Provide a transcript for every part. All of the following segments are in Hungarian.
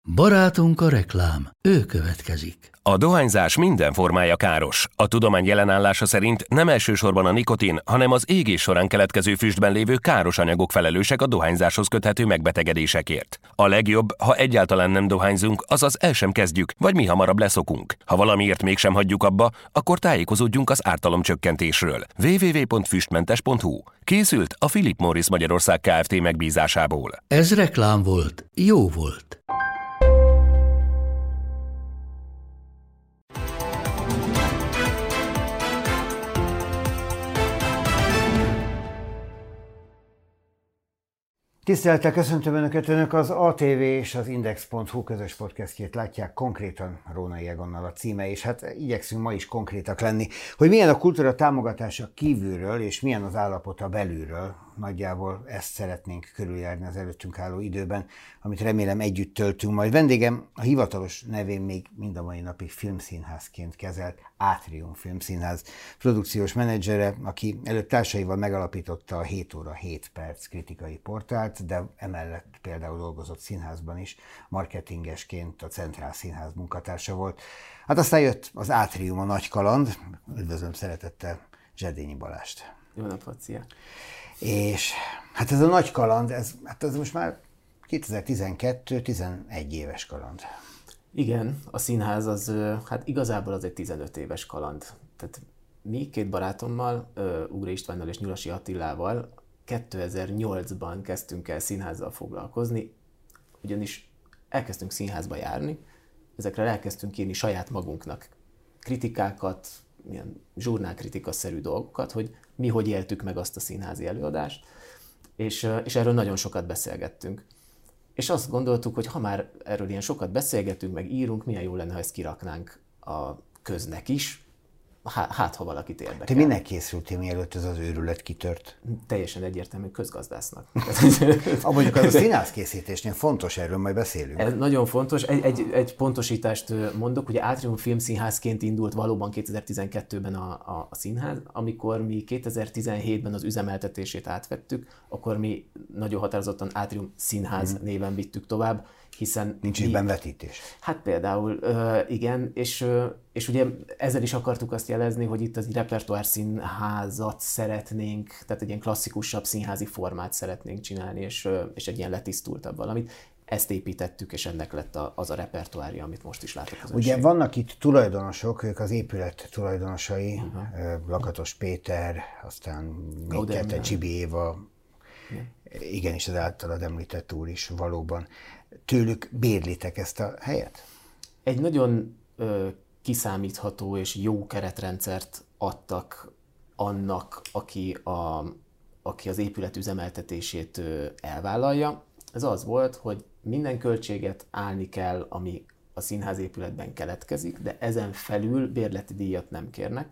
Barátunk a reklám, ő következik. A dohányzás minden formája káros. A tudomány jelenállása szerint nem elsősorban a nikotin, hanem az égés során keletkező füstben lévő káros anyagok felelősek a dohányzáshoz köthető megbetegedésekért. A legjobb, ha egyáltalán nem dohányzunk, azaz el sem kezdjük, vagy mi hamarabb leszokunk. Ha valamiért mégsem hagyjuk abba, akkor tájékozódjunk az ártalomcsökkentésről. www.füstmentes.hu. Készült a Philip Morris Magyarország Kft. Megbízásából. Ez reklám volt, jó volt. Tisztelettel köszöntöm Önök az ATV és az Index.hu közös podcastjét látják, konkrétan Rónai Egonnal a címe, és hát igyekszünk ma is konkrétak lenni, hogy milyen a kultúra támogatása kívülről, és milyen az állapota belülről. Nagyjából ezt szeretnénk körüljárni az előttünk álló időben, amit remélem együtt töltünk majd. Vendégem a hivatalos nevén még mind a mai napig filmszínházként kezelt Átrium Filmszínház produkciós menedzsere, aki előtt társaival megalapította a 7 óra 7 perc kritikai portált, de emellett például dolgozott színházban is, marketingesként a Centrál Színház munkatársa volt. Hát aztán jött az Átrium, a nagy kaland. Üdvözlöm szeretettel Zsedényi Balást. Jó napot, szia! És hát ez a nagy kaland, ez most már 2012-11 éves kaland. Igen, a színház az, hát igazából az egy 15 éves kaland. Tehát mi két barátommal, Ugrai Istvánnal és Nyulasi Attilával 2008-ban kezdtünk el színházzal foglalkozni, ugyanis elkezdtünk színházba járni, ezekre elkezdtünk írni saját magunknak kritikákat, ilyen zsurnálkritikaszerű dolgokat, hogy mi hogy éltük meg azt a színházi előadást, és erről nagyon sokat beszélgettünk. És azt gondoltuk, hogy ha már erről ilyen sokat beszélgetünk, meg írunk, milyen jó lenne, ha ezt kiraknánk a köznek is, hát ha valakit érdekel. Te minek készültél, mielőtt ez az őrület kitört? Teljesen egyértelmű közgazdásznak. Mondjuk az a színházkészítésnél fontos, erről majd beszélünk. Ez nagyon fontos. Egy pontosítást mondok, ugye Átrium Filmszínházként indult valóban 2012-ben a színház, amikor mi 2017-ben az üzemeltetését átvettük, akkor mi nagyon határozottan Átrium Színház néven vittük tovább, hiszen... Nincs is benvetítés. Hát például igen, és ugye ezzel is akartuk azt jelezni, hogy itt az repertoár színházat szeretnénk, tehát egy ilyen klasszikusabb színházi formát szeretnénk csinálni, és egy ilyen letisztultabb valamit. Ezt építettük, és ennek lett az a repertoárja, amit most is látok az Ugye vannak itt tulajdonosok, ők az épület tulajdonosai, Lakatos Péter, aztán még kettő Csibi Éva, igenis az általad említett úr is valóban. Tőlük bérlitek ezt a helyet? Egy nagyon kiszámítható és jó keretrendszert adtak annak, aki az épület üzemeltetését elvállalja. Ez az volt, hogy minden költséget állni kell, ami a színház épületben keletkezik, de ezen felül bérleti díjat nem kérnek,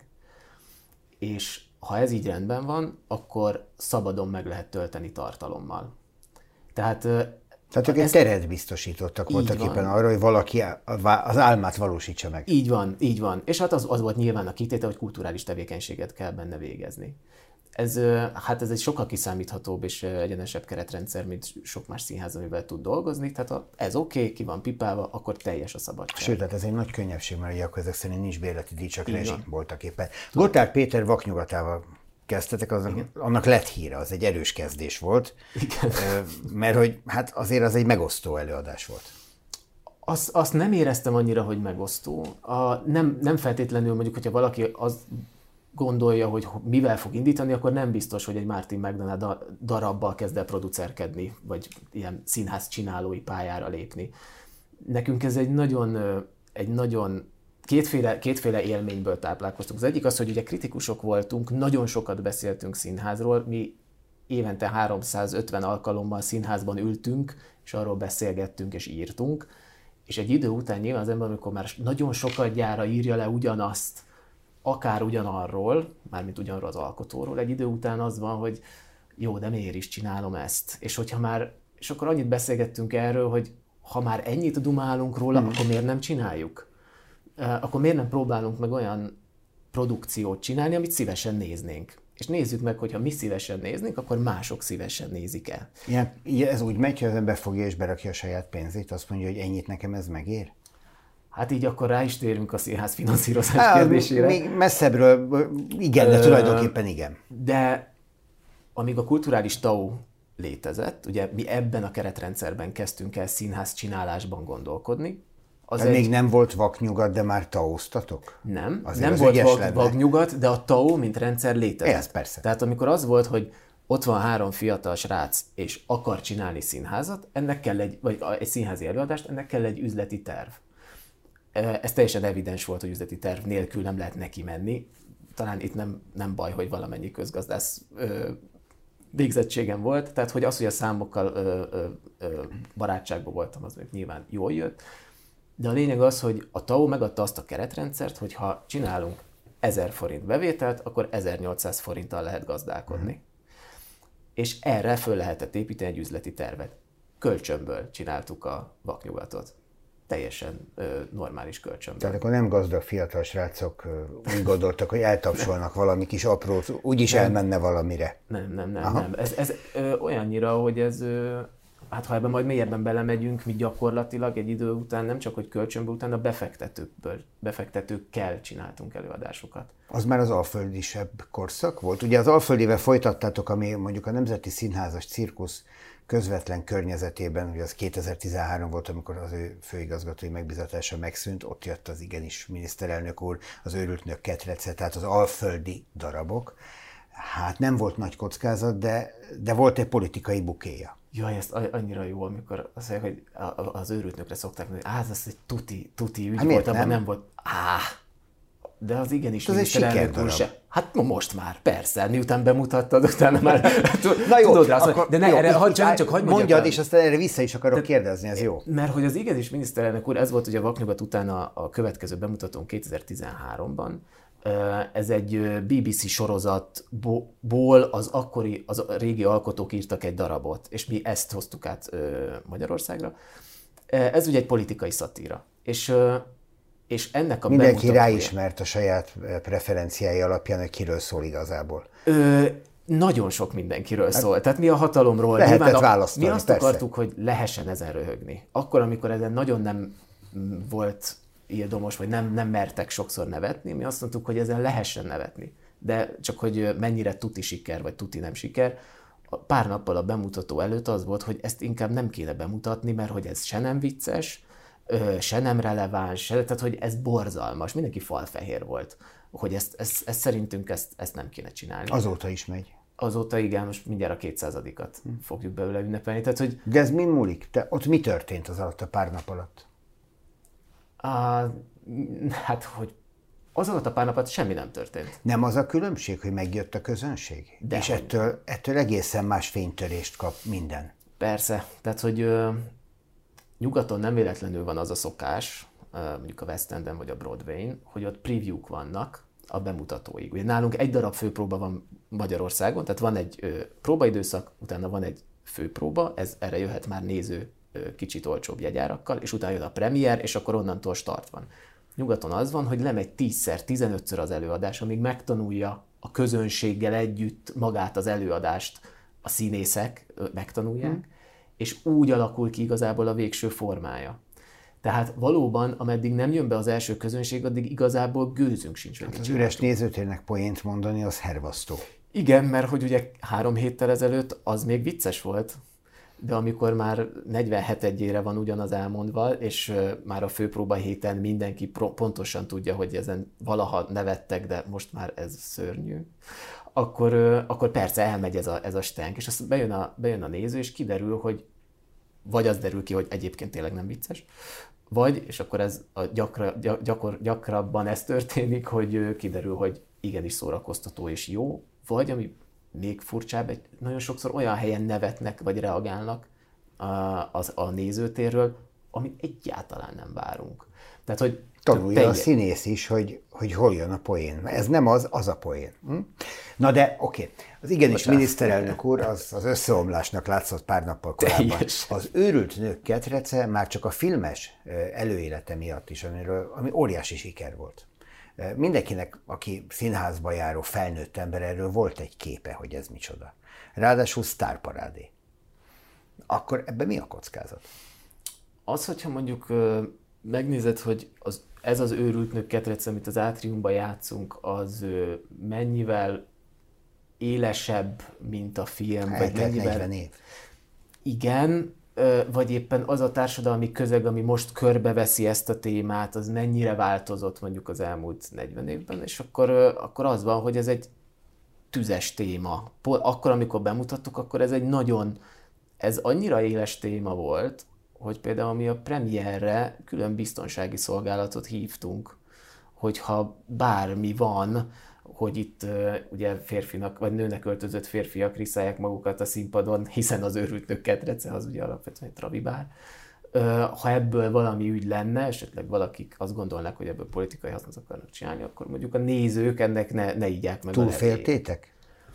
és ha ez így rendben van, akkor szabadon meg lehet tölteni tartalommal. Tehát ők egy teret biztosítottak voltak éppen arra, hogy valaki az álmát valósítsa meg. Így van. És hát az volt nyilván a kitétel, hogy kulturális tevékenységet kell benne végezni. Ez egy sokkal kiszámíthatóbb és egyenesebb keretrendszer, mint sok más színház, amivel tud dolgozni. Tehát ha ez oké, ki van pipálva, akkor teljes a szabadság. Sőt, hát ez egy nagy könnyebbség, mert akkor ezek szerint nincs bérleti díj, csak rezsi voltak éppen. Gotthárd Péter Vaknyugatával kezdtetek, annak lett híre, az egy erős kezdés volt. Igen. Mert hogy hát azért az egy megosztó előadás volt. Azt nem éreztem annyira, hogy megosztó. Nem feltétlenül mondjuk, hogyha valaki azt gondolja, hogy mivel fog indítani, akkor nem biztos, hogy egy Martin McDonagh darabbal kezd el producerkedni, vagy ilyen színház csinálói pályára lépni. Nekünk ez egy nagyon kétféle élményből táplálkoztunk. Az egyik az, hogy ugye kritikusok voltunk, nagyon sokat beszéltünk színházról, mi évente 350 alkalommal színházban ültünk, és arról beszélgettünk és írtunk, és egy idő után nyilván az ember, amikor már nagyon sokat gyára írja le ugyanazt, akár ugyanarról, mármint ugyanarról az alkotóról, egy idő után az van, hogy jó, de miért is csinálom ezt? És akkor annyit beszélgettünk erről, hogy ha már ennyit dumálunk róla, akkor miért nem csináljuk? Akkor miért nem próbálunk meg olyan produkciót csinálni, amit szívesen néznénk? és nézzük meg, hogyha mi szívesen néznénk, akkor mások szívesen nézik el. Ez úgy megy, hogy az ember fogja és berakja a saját pénzét, azt mondja, hogy ennyit nekem ez megér? Hát így akkor rá is térünk a színház finanszírozás kérdésére. Még messzebbről, igen, de tulajdonképpen igen. De amíg a kulturális TAO létezett, ugye mi ebben a keretrendszerben kezdtünk el színház csinálásban gondolkodni. Még nem volt vaknyugat, de már TAO-ztatok? Nem, nem volt vaknyugat, de a TAO, mint rendszer létezett. Ez persze. Tehát amikor az volt, hogy ott van 3 fiatal srác, és akar csinálni színházat, ennek kell vagy egy színházi előadást, ennek kell egy üzleti terv. Ez teljesen evidens volt, hogy üzleti terv nélkül nem lehet neki menni. Talán itt nem baj, hogy valamennyi közgazdász végzettségem volt, tehát hogy az, hogy a számokkal barátságban voltam, az még nyilván jól jött. De a lényeg az, hogy a TAO megadta azt a keretrendszert, hogy ha csinálunk 1000 forint bevételt, akkor 1800 forinttal lehet gazdálkodni. És erre föl lehetett építeni egy üzleti tervet. Kölcsönből csináltuk a vaknyugatot. Teljesen normális kölcsönből. Tehát akkor nem gazdag fiatal srácok úgy gondoltak, hogy eltapsolnak valami kis aprót, úgyis elmenne valamire. Nem. Ez olyannyira, hogy ez... Hát ha ebben majd mélyebben belemegyünk, mi gyakorlatilag egy idő után nem csak, hogy kölcsönből, utána befektetőkkel csináltunk előadásokat. Az már az alföldisebb korszak volt? Ugye az Alföldivel folytattátok, ami mondjuk a Nemzeti Színházas Cirkusz közvetlen környezetében, ugye az 2013 volt, amikor az ő főigazgatói megbízatása megszűnt, ott jött az igenis miniszterelnök úr, az Őrült Nők ketrece, tehát az alföldi darabok. Hát nem volt nagy kockázat, de volt egy politikai bukéja. Jaj, ezt annyira jó, amikor azt mondják, hogy az Őrült Nőkre szokták mondani, ez egy tuti ügy volt, abban nem volt. De az igenis miniszterelnök úr se. Hát most már, persze, miután bemutattad, utána már na jó, tudod rá, de ne, erre csak hagyd mondjad, és aztán erre vissza is akarok kérdezni, ez jó. Mert hogy az igenis miniszterelnök úr, ez volt ugye a vaknyugat után a következő bemutatón 2013-ban, ez egy BBC sorozatból az régi alkotók írtak egy darabot, és mi ezt hoztuk át Magyarországra. Ez ugye egy politikai szatíra. És ennek a mindenki ráismert a saját preferenciái alapján, hogy kiről szól igazából. Nagyon sok mindenkiről szól. Tehát mi a hatalomról... Lehetett választani, mi azt akartuk, hogy lehessen ezen röhögni. Akkor, amikor ezen nagyon nem volt érdomos, vagy nem mertek sokszor nevetni, mi azt mondtuk, hogy ezen lehessen nevetni. De csak, hogy mennyire tuti siker, vagy tuti nem siker, pár nappal a bemutató előtt az volt, hogy ezt inkább nem kéne bemutatni, mert hogy ez se nem vicces, se nem releváns, tehát hogy ez borzalmas, mindenki falfehér volt, hogy ezt szerintünk ezt nem kéne csinálni. Azóta is megy. Azóta igen, most mindjárt a 200-at fogjuk belőle ünnepelni. Tehát, hogy... De ez mind múlik? Ott mi történt az alatt a pár nap alatt? Hát, hogy az alatt a pár nap alatt semmi nem történt. Nem az a különbség, hogy megjött a közönség? De és ettől egészen más fénytörést kap minden. Persze, tehát, hogy nyugaton nem véletlenül van az a szokás, mondjuk a West Enden vagy a Broadwayn, hogy ott preview-k vannak a bemutatóig. Ugye nálunk egy darab főpróba van Magyarországon, tehát van egy próbaidőszak, utána van egy főpróba, erre jöhet már néző kicsit olcsóbb jegyárakkal, és utána jön a premier, és akkor onnantól start van. Nyugaton az van, hogy lemegy 10-szer, 15-ször az előadás, amíg megtanulja a közönséggel együtt magát az előadást, a színészek megtanulják, és úgy alakul ki igazából a végső formája. Tehát valóban, ameddig nem jön be az első közönség, addig igazából gőzünk sincs. Hát az üres nézőtérnek poént mondani, az hervasztó. Igen, mert hogy ugye 3 héttel ezelőtt az még vicces volt, de amikor már 47-ére van ugyanaz elmondva, és már a főpróba héten mindenki pontosan tudja, hogy ezen valaha nevettek, de most már ez szörnyű, akkor persze elmegy ez a stenk, és azt bejön a néző, és kiderül, hogy vagy az derül ki, hogy egyébként tényleg nem vicces, vagy, és akkor ez gyakrabban ez történik, hogy kiderül, hogy igenis szórakoztató és jó, vagy ami még furcsább, nagyon sokszor olyan helyen nevetnek, vagy reagálnak a nézőtérről, amit egyáltalán nem várunk. Tehát, hogy tanulja a színész is, hogy hol jön a poén. Ez nem az a poén. Na de oké. Az igenis miniszterelnök úr az összeomlásnak látszott pár nappal korábban. Az Őrült Nők ketrece már csak a filmes előélete miatt is, ami óriási siker volt. Mindenkinek, aki színházba járó felnőtt ember, erről volt egy képe, hogy ez micsoda. Ráadásul sztárparádé. Akkor ebben mi a kockázat? Az, hogyha mondjuk megnézed, hogy ez az őrült nők ketrece, amit az Átriumban játszunk, az mennyivel élesebb, mint a film, vagy mennyivel... 40 év. Igen, vagy éppen az a társadalmi közeg, ami most körbeveszi ezt a témát, az mennyire változott mondjuk az elmúlt 40 évben, és akkor az van, hogy ez egy tüzes téma. Akkor, amikor bemutattuk, akkor ez annyira éles téma volt, hogy például mi a premierre külön biztonsági szolgálatot hívtunk, hogyha bármi van, hogy itt ugye férfinak vagy nőnek öltözött férfiak riszálják magukat a színpadon, hiszen az őrült nők ketrece az ugye alapvetően egy travibár. Ha ebből valami ügy lenne, esetleg valakik azt gondolnak, hogy ebből politikai hasznot akarnak csinálni, akkor mondjuk a nézők ennek ne igyák meg. Túlféltétek?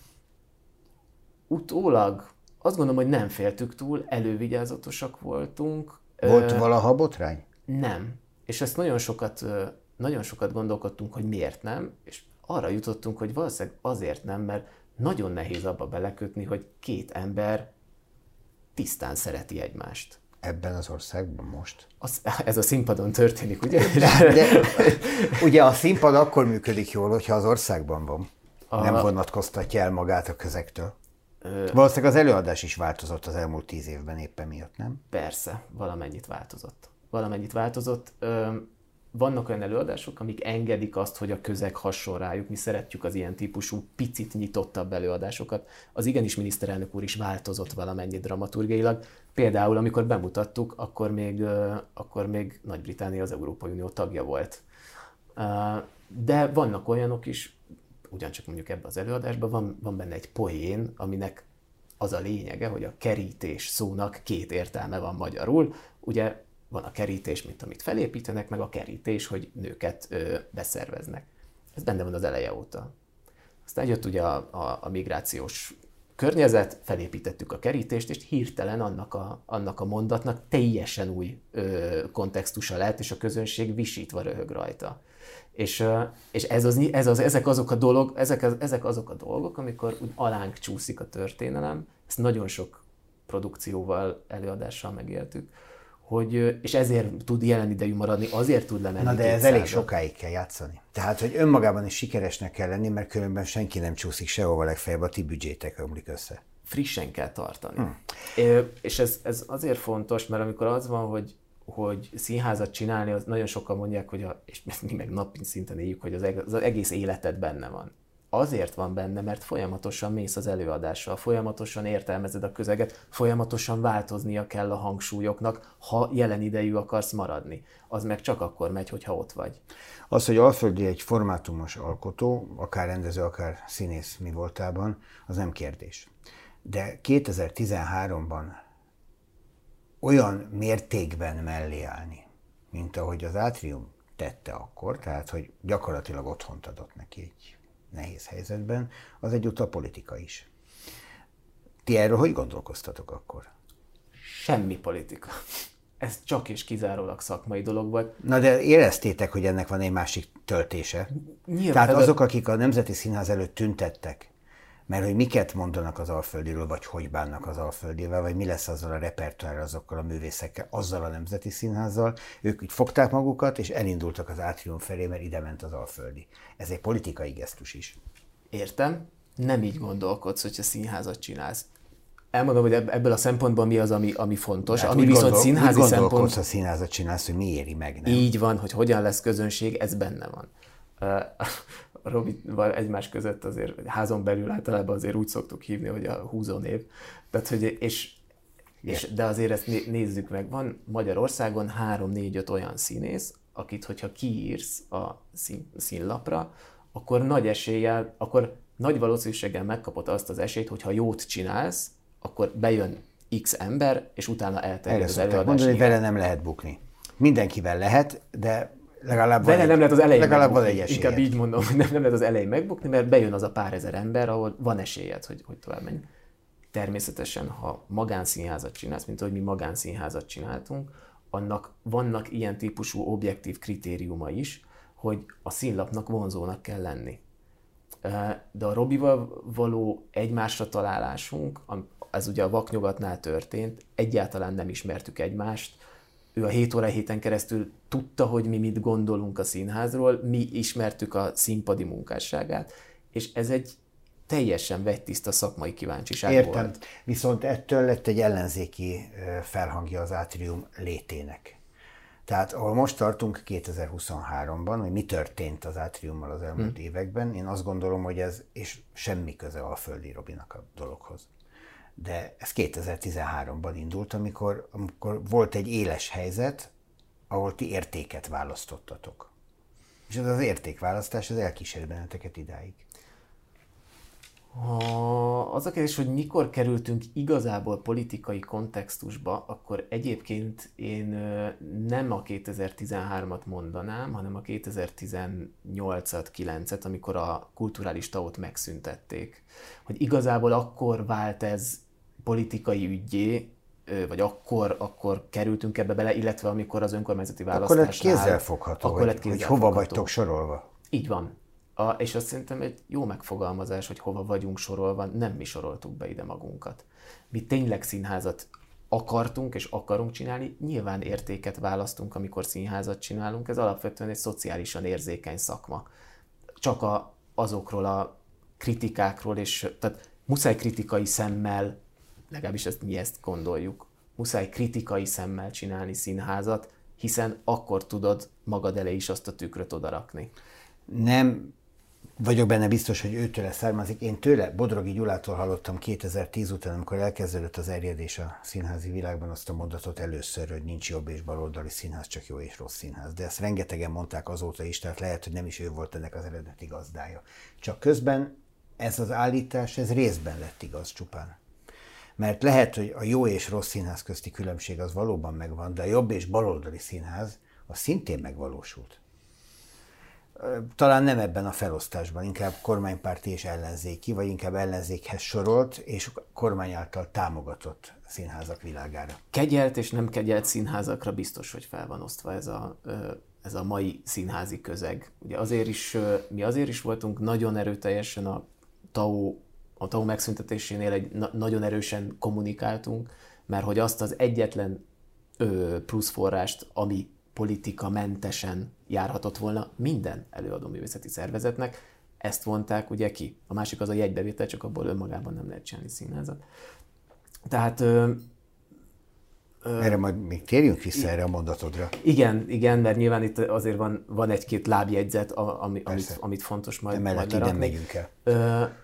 Utólag azt gondolom, hogy nem féltük túl, elővigyázatosak voltunk. Volt valaha botrány? Nem. És ezt nagyon sokat gondolkodtunk, hogy miért nem, és arra jutottunk, hogy valószínűleg azért nem, mert nagyon nehéz abba belekötni, hogy két ember tisztán szereti egymást. Ebben az országban most? Ez a színpadon történik, ugye? De ugye a színpad akkor működik jól, hogyha az országban van. Nem vonatkoztatja el magát a közektől. Valószínűleg az előadás is változott az elmúlt 10 évben éppen miatt, nem? Persze, valamennyit változott. Vannak olyan előadások, amik engedik azt, hogy a közeg hasonl rájuk. Mi szeretjük az ilyen típusú, picit nyitottabb előadásokat. Az igenis miniszterelnök úr is változott valamennyit dramaturgiailag. Például, amikor bemutattuk, akkor még Nagy-Britannia az Európai Unió tagja volt. De vannak olyanok is, ugyancsak mondjuk ebben az előadásban van benne egy poén, aminek az a lényege, hogy a kerítés szónak két értelme van magyarul. Ugye van a kerítés, mint amit felépítenek, meg a kerítés, hogy nőket beszerveznek. Ez benne van az eleje óta. Aztán jött ugye a migrációs környezet, felépítettük a kerítést, és hirtelen annak a mondatnak teljesen új kontextusa lett, és a közönség visítva röhög rajta. És ezek azok a dolgok, amikor úgy alánk csúszik a történelem, ezt nagyon sok produkcióval, előadással megéltük, és ezért tud jelen idejű maradni, azért tud lemenni. Na de ez elég sokáig kell játszani. Tehát, hogy önmagában is sikeresnek kell lenni, mert különben senki nem csúszik sehova, legfeljebb a ti büdzsétek ömlik össze. Frissen kell tartani. És ez azért fontos, mert amikor az van, hogy színházat csinálni, az nagyon sokan mondják, és mi meg napi szinten éljük, hogy az egész életed benne van. Azért van benne, mert folyamatosan mész az előadással, folyamatosan értelmezed a közeget, folyamatosan változnia kell a hangsúlyoknak, ha jelen idejű akarsz maradni. Az meg csak akkor megy, hogyha ott vagy. Az, hogy Alföldi egy formátumos alkotó, akár rendező, akár színész mi voltában, az nem kérdés. De 2013-ban olyan mértékben mellé állni, mint ahogy az Átrium tette akkor, tehát hogy gyakorlatilag otthont adott neki egy nehéz helyzetben, az egyúttal politika is. Ti erről hogy gondolkoztatok akkor? Semmi politika. Ez csak és kizárólag szakmai dolog volt. Na de éreztétek, hogy ennek van egy másik töltése? Nyilván, tehát azok, akik a Nemzeti Színház előtt tüntettek, mert hogy miket mondanak az Alföldiről, vagy hogy bánnak az Alföldivel, vagy mi lesz azzal a repertoárral, azokkal a művészekkel, azzal a Nemzeti Színházzal, ők így fogták magukat, és elindultak az Átrium felé, mert ide ment az Alföldi. Ez egy politikai gesztus is. Értem, nem így gondolkodsz, hogyha színházat csinálsz. Elmondom, hogy ebből a szempontból mi az, ami fontos, hát ami viszont színházi szempont... gondolkodsz, ha színházat csinálsz, hogy mi éri meg, nem? Így van, hogy hogyan lesz közönség, ez benne van. Robival egymás között azért házon belül általában azért úgy szoktuk hívni, hogy a húzónév. Tehát, hogy de azért ezt nézzük meg, van Magyarországon 3-4-5 olyan színész, akit, hogyha kiírsz a színlapra, akkor nagy valószínűséggel megkapod azt az esélyt, hogyha jót csinálsz, akkor bejön X ember, és utána elterjed az előadás. Mondani, hogy vele nem lehet bukni. Mindenkivel lehet, de legalább nem lehet az elején van egy esélyed. Inkább így mondom, hogy nem lehet az elején megbukni, mert bejön az a pár ezer ember, ahol van esélyed, hogy tovább menj. Természetesen, ha magánszínházat csinálsz, mint ahogy mi magánszínházat csináltunk, annak vannak ilyen típusú objektív kritériuma is, hogy a színlapnak vonzónak kell lenni. De a Robival való egymásra találásunk, ez ugye a Vaknyugatnál történt, egyáltalán nem ismertük egymást. Ő a 7 óra héten keresztül tudta, hogy mi mit gondolunk a színházról, mi ismertük a színpadi munkásságát, és ez egy teljesen vegytiszta szakmai kíváncsiság Értem. volt. Viszont ettől lett egy ellenzéki felhangja az Átrium létének. Tehát ahol most tartunk 2023-ban, hogy mi történt az Átriummal az elmúlt években, én azt gondolom, hogy ez, és semmi köze Alföldi Robinak a dologhoz. De ez 2013-ban indult, amikor volt egy éles helyzet, ahol ti értéket választottatok. És ez az értékválasztás, az elkísér benneteket idáig. Az a kérdés, hogy mikor kerültünk igazából politikai kontextusba, akkor egyébként én nem a 2013-at mondanám, hanem a 2018-at, 9-et, amikor a kulturális tavot megszüntették. Hogy igazából akkor vált ez politikai üggyé, vagy akkor kerültünk ebbe bele, illetve amikor az önkormányzati választásnál... Akkor lett kézzelfogható, hogy hova vagytok sorolva. Így van. És azt szerintem egy jó megfogalmazás, hogy hova vagyunk sorolva, nem mi soroltuk be ide magunkat. Mi tényleg színházat akartunk és akarunk csinálni, nyilván értéket választunk, amikor színházat csinálunk, ez alapvetően egy szociálisan érzékeny szakma. Csak azokról a kritikákról, és tehát muszáj kritikai szemmel, legalábbis mi ezt gondoljuk, muszáj kritikai szemmel csinálni színházat, hiszen akkor tudod magad elé is azt a tükröt odarakni. Nem vagyok benne biztos, hogy őtőle származik. Én tőle, Bodrogi Gyulától hallottam 2010 után, amikor elkezdődött az erjedés a színházi világban, azt a mondatot először, hogy nincs jobb és baloldali színház, csak jó és rossz színház. De ezt rengetegen mondták azóta is, tehát lehet, hogy nem is ő volt ennek az eredeti gazdája. Csak közben ez az állítás, ez részben lett igaz csupán. Mert lehet, hogy a jó és rossz színház közti különbség az valóban megvan, de a jobb és baloldali színház az szintén megvalósult. Talán nem ebben a felosztásban, inkább kormánypárti és ellenzéki, vagy inkább ellenzékhez sorolt és kormány által támogatott színházak világára. Kegyelt és nem kegyelt színházakra biztos, hogy fel van osztva ez a mai színházi közeg. Ugye mi azért is voltunk nagyon erőteljesen a TAO megszüntetésénél nagyon erősen kommunikáltunk, mert hogy azt az egyetlen pluszforrást, ami politikamentesen járhatott volna minden előadóművészeti szervezetnek, ezt vonták ugye ki. A másik az a jegybevétel, csak abból önmagában nem lehet csinálni színházat. Tehát... erre majd még térjünk vissza erre a mondatodra. Igen, mert nyilván itt azért van egy-két lábjegyzet, amit fontos majd lerakni. Nem megyünk el.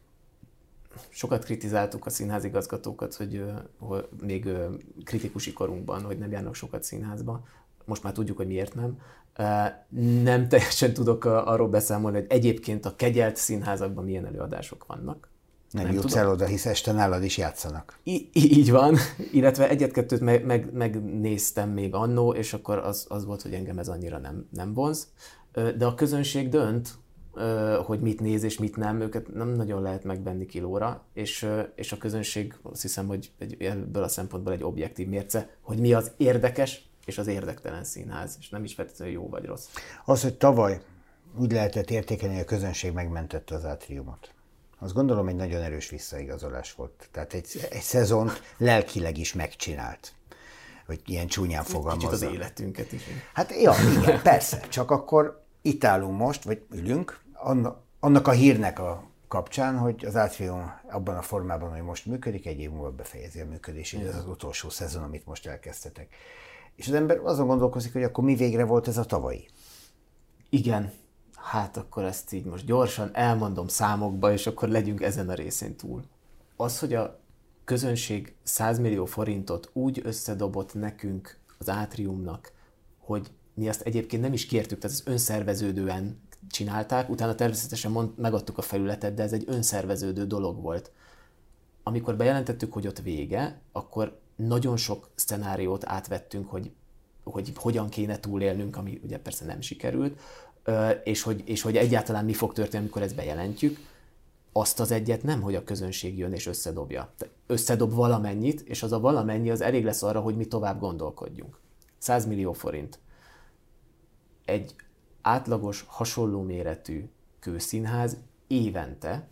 Sokat kritizáltuk a színházigazgatókat, hogy még kritikusi korunkban, hogy nem járnak sokat színházba. Most már tudjuk, hogy miért nem. Nem teljesen tudok arról beszámolni, hogy egyébként a kegyelt színházakban milyen előadások vannak. Nem jutsz el oda, hisz este nálad is játszanak. Így van, illetve egyet-kettőt megnéztem még annó, és akkor az volt, hogy engem ez annyira nem vonz. De a közönség dönt, hogy mit néz és mit nem, őket nem nagyon lehet megvenni kilóra, és a közönség azt hiszem, hogy ebből a szempontból egy objektív mérce, hogy mi az érdekes és az érdektelen színház, és nem is feltétlenül jó vagy rossz. Az, hogy tavaly úgy lehetett értékelni, hogy a közönség megmentette az Átriumot. Azt gondolom, egy nagyon erős visszaigazolás volt. Tehát egy szezont lelkileg is megcsinált. Hogy ilyen csúnyán fogalmazza. Kicsit az életünket is. Hát ja, igen, persze. Csak akkor itt állunk most, vagy ülünk, annak a hírnek a kapcsán, hogy az Átrium abban a formában, hogy most működik, egy év múlva befejezi a működését. Ez az utolsó szezon, amit most elkezdtetek. És az ember azon gondolkozik, hogy akkor mi végre volt ez a tavalyi. Igen. Hát akkor ezt így most gyorsan elmondom számokba, és akkor legyünk ezen a részén túl. Az, hogy a közönség 100 millió forintot úgy összedobott nekünk az Átriumnak, hogy mi azt egyébként nem is kértük, tehát ez önszerveződően csinálták, utána természetesen megadtuk a felületet, de ez egy önszerveződő dolog volt. Amikor bejelentettük, hogy ott vége, akkor nagyon sok szcenáriót átvettünk, hogy hogyan kéne túlélnünk, ami ugye persze nem sikerült, és hogy egyáltalán mi fog történni, amikor ezt bejelentjük. Azt az egyet nem, hogy a közönség jön és összedobja. Összedob valamennyit, és az a valamennyi az elég lesz arra, hogy mi tovább gondolkodjunk. 100 millió forint. Egy átlagos, hasonló méretű kőszínház évente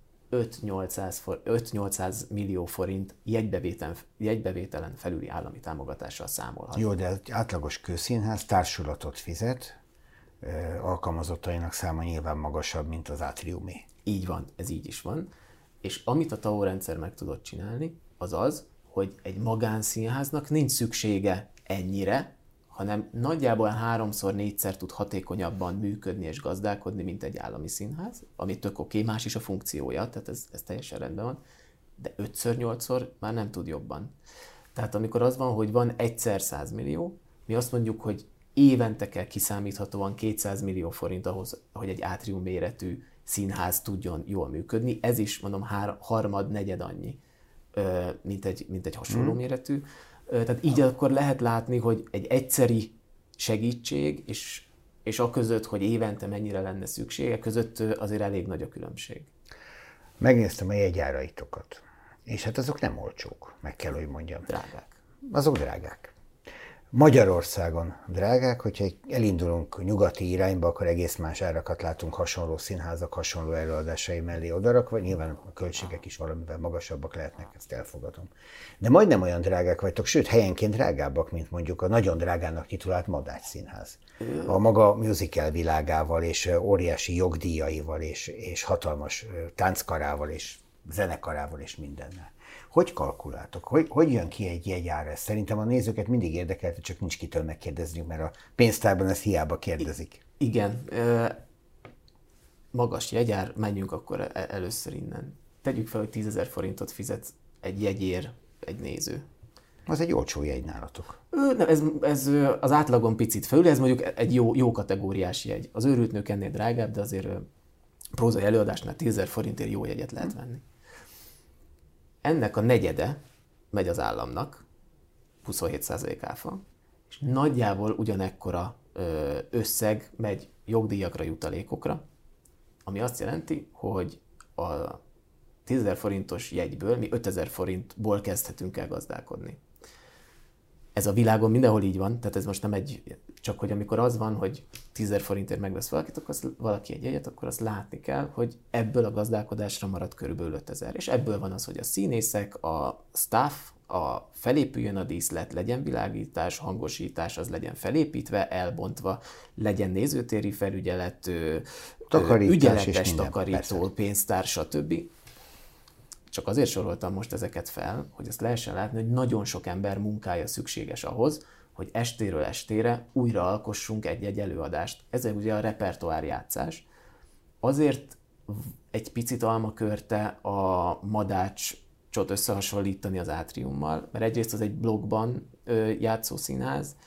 5-800 millió forint jegybevételen felüli állami támogatással számolhat. Jó, de átlagos kőszínház társulatot fizet, alkalmazottainak száma nyilván magasabb, mint az átriumé. Így van, ez így is van. És amit a TAO rendszer meg tudott csinálni, az az, hogy egy magánszínháznak nincs szüksége ennyire, hanem nagyjából 3-4-szer tud hatékonyabban működni és gazdálkodni, mint egy állami színház, ami tök oké, más is a funkciója, tehát ez teljesen rendben van, de 5-8-szor már nem tud jobban. Tehát amikor az van, hogy van egyszer 100 millió, mi azt mondjuk, hogy évente kell kiszámíthatóan 200 millió forint ahhoz, hogy egy átrium méretű színház tudjon jól működni. Ez is, mondom, harmad-negyed annyi, mint egy hasonló méretű. Tehát így akkor lehet látni, hogy egy egyszeri segítség, és a között, hogy évente mennyire lenne szüksége, között azért elég nagy a különbség. Megnéztem a jegyáraitokat, és hát azok nem olcsók, meg kell, hogy mondjam. Drágák. Azok drágák. Magyarországon drágák, hogyha elindulunk nyugati irányba, akkor egész más árakat látunk hasonló színházak, hasonló előadásai mellé odarakva, nyilván a költségek is valamivel magasabbak lehetnek, ezt elfogadom. De majdnem olyan drágák vagytok, sőt helyenként drágábbak, mint mondjuk a nagyon drágának titulált Madács Színház. A maga musical világával, és óriási jogdíjaival, és hatalmas tánckarával, és zenekarával, és mindennel. Hogy kalkuláltok? Hogy jön ki egy jegyár? Ez szerintem a nézőket mindig érdekelte, csak nincs kitől megkérdezni, mert a pénztárban ezt hiába kérdezik. Igen. Magas jegyár, menjünk akkor először innen. Tegyük fel, hogy 10 000 forintot fizet egy jegyér egy néző. Az egy olcsó jegy nálatok. Ez az átlagon picit felül, ez mondjuk egy jó kategóriás jegy. Az Őrült nők ennél drágább, de azért prózai előadásnál 10 000 forintért jó jegyet lehet venni. Ennek a negyede megy az államnak, 27% áfa, és nagyjából ugyanekkora összeg megy jogdíjakra, jutalékokra, ami azt jelenti, hogy a 10 000 forintos jegyből mi 5 000 forintból kezdhetünk el gazdálkodni. Ez a világon mindenhol így van, tehát ez most nem csak hogy amikor az van, hogy 10 000 forintért megvesz valaki egy jegyet, akkor azt látni kell, hogy ebből a gazdálkodásra marad körülbelül 5 000. És ebből van az, hogy a színészek, a staff, felépüljön a díszlet, legyen világítás, hangosítás, az legyen felépítve, elbontva, legyen nézőtéri felügyelet, ügyeletes takarító, persze. Pénztár, stb. Csak azért soroltam most ezeket fel, hogy ezt lehessen látni, hogy nagyon sok ember munkája szükséges ahhoz, hogy estéről estére újra alkossunk egy előadást. Ez ugye a repertoárjátszás. Azért egy picit almakörte a Madácsot összehasonlítani az átriummal, mert egyrészt az egy blokkban játszó színház,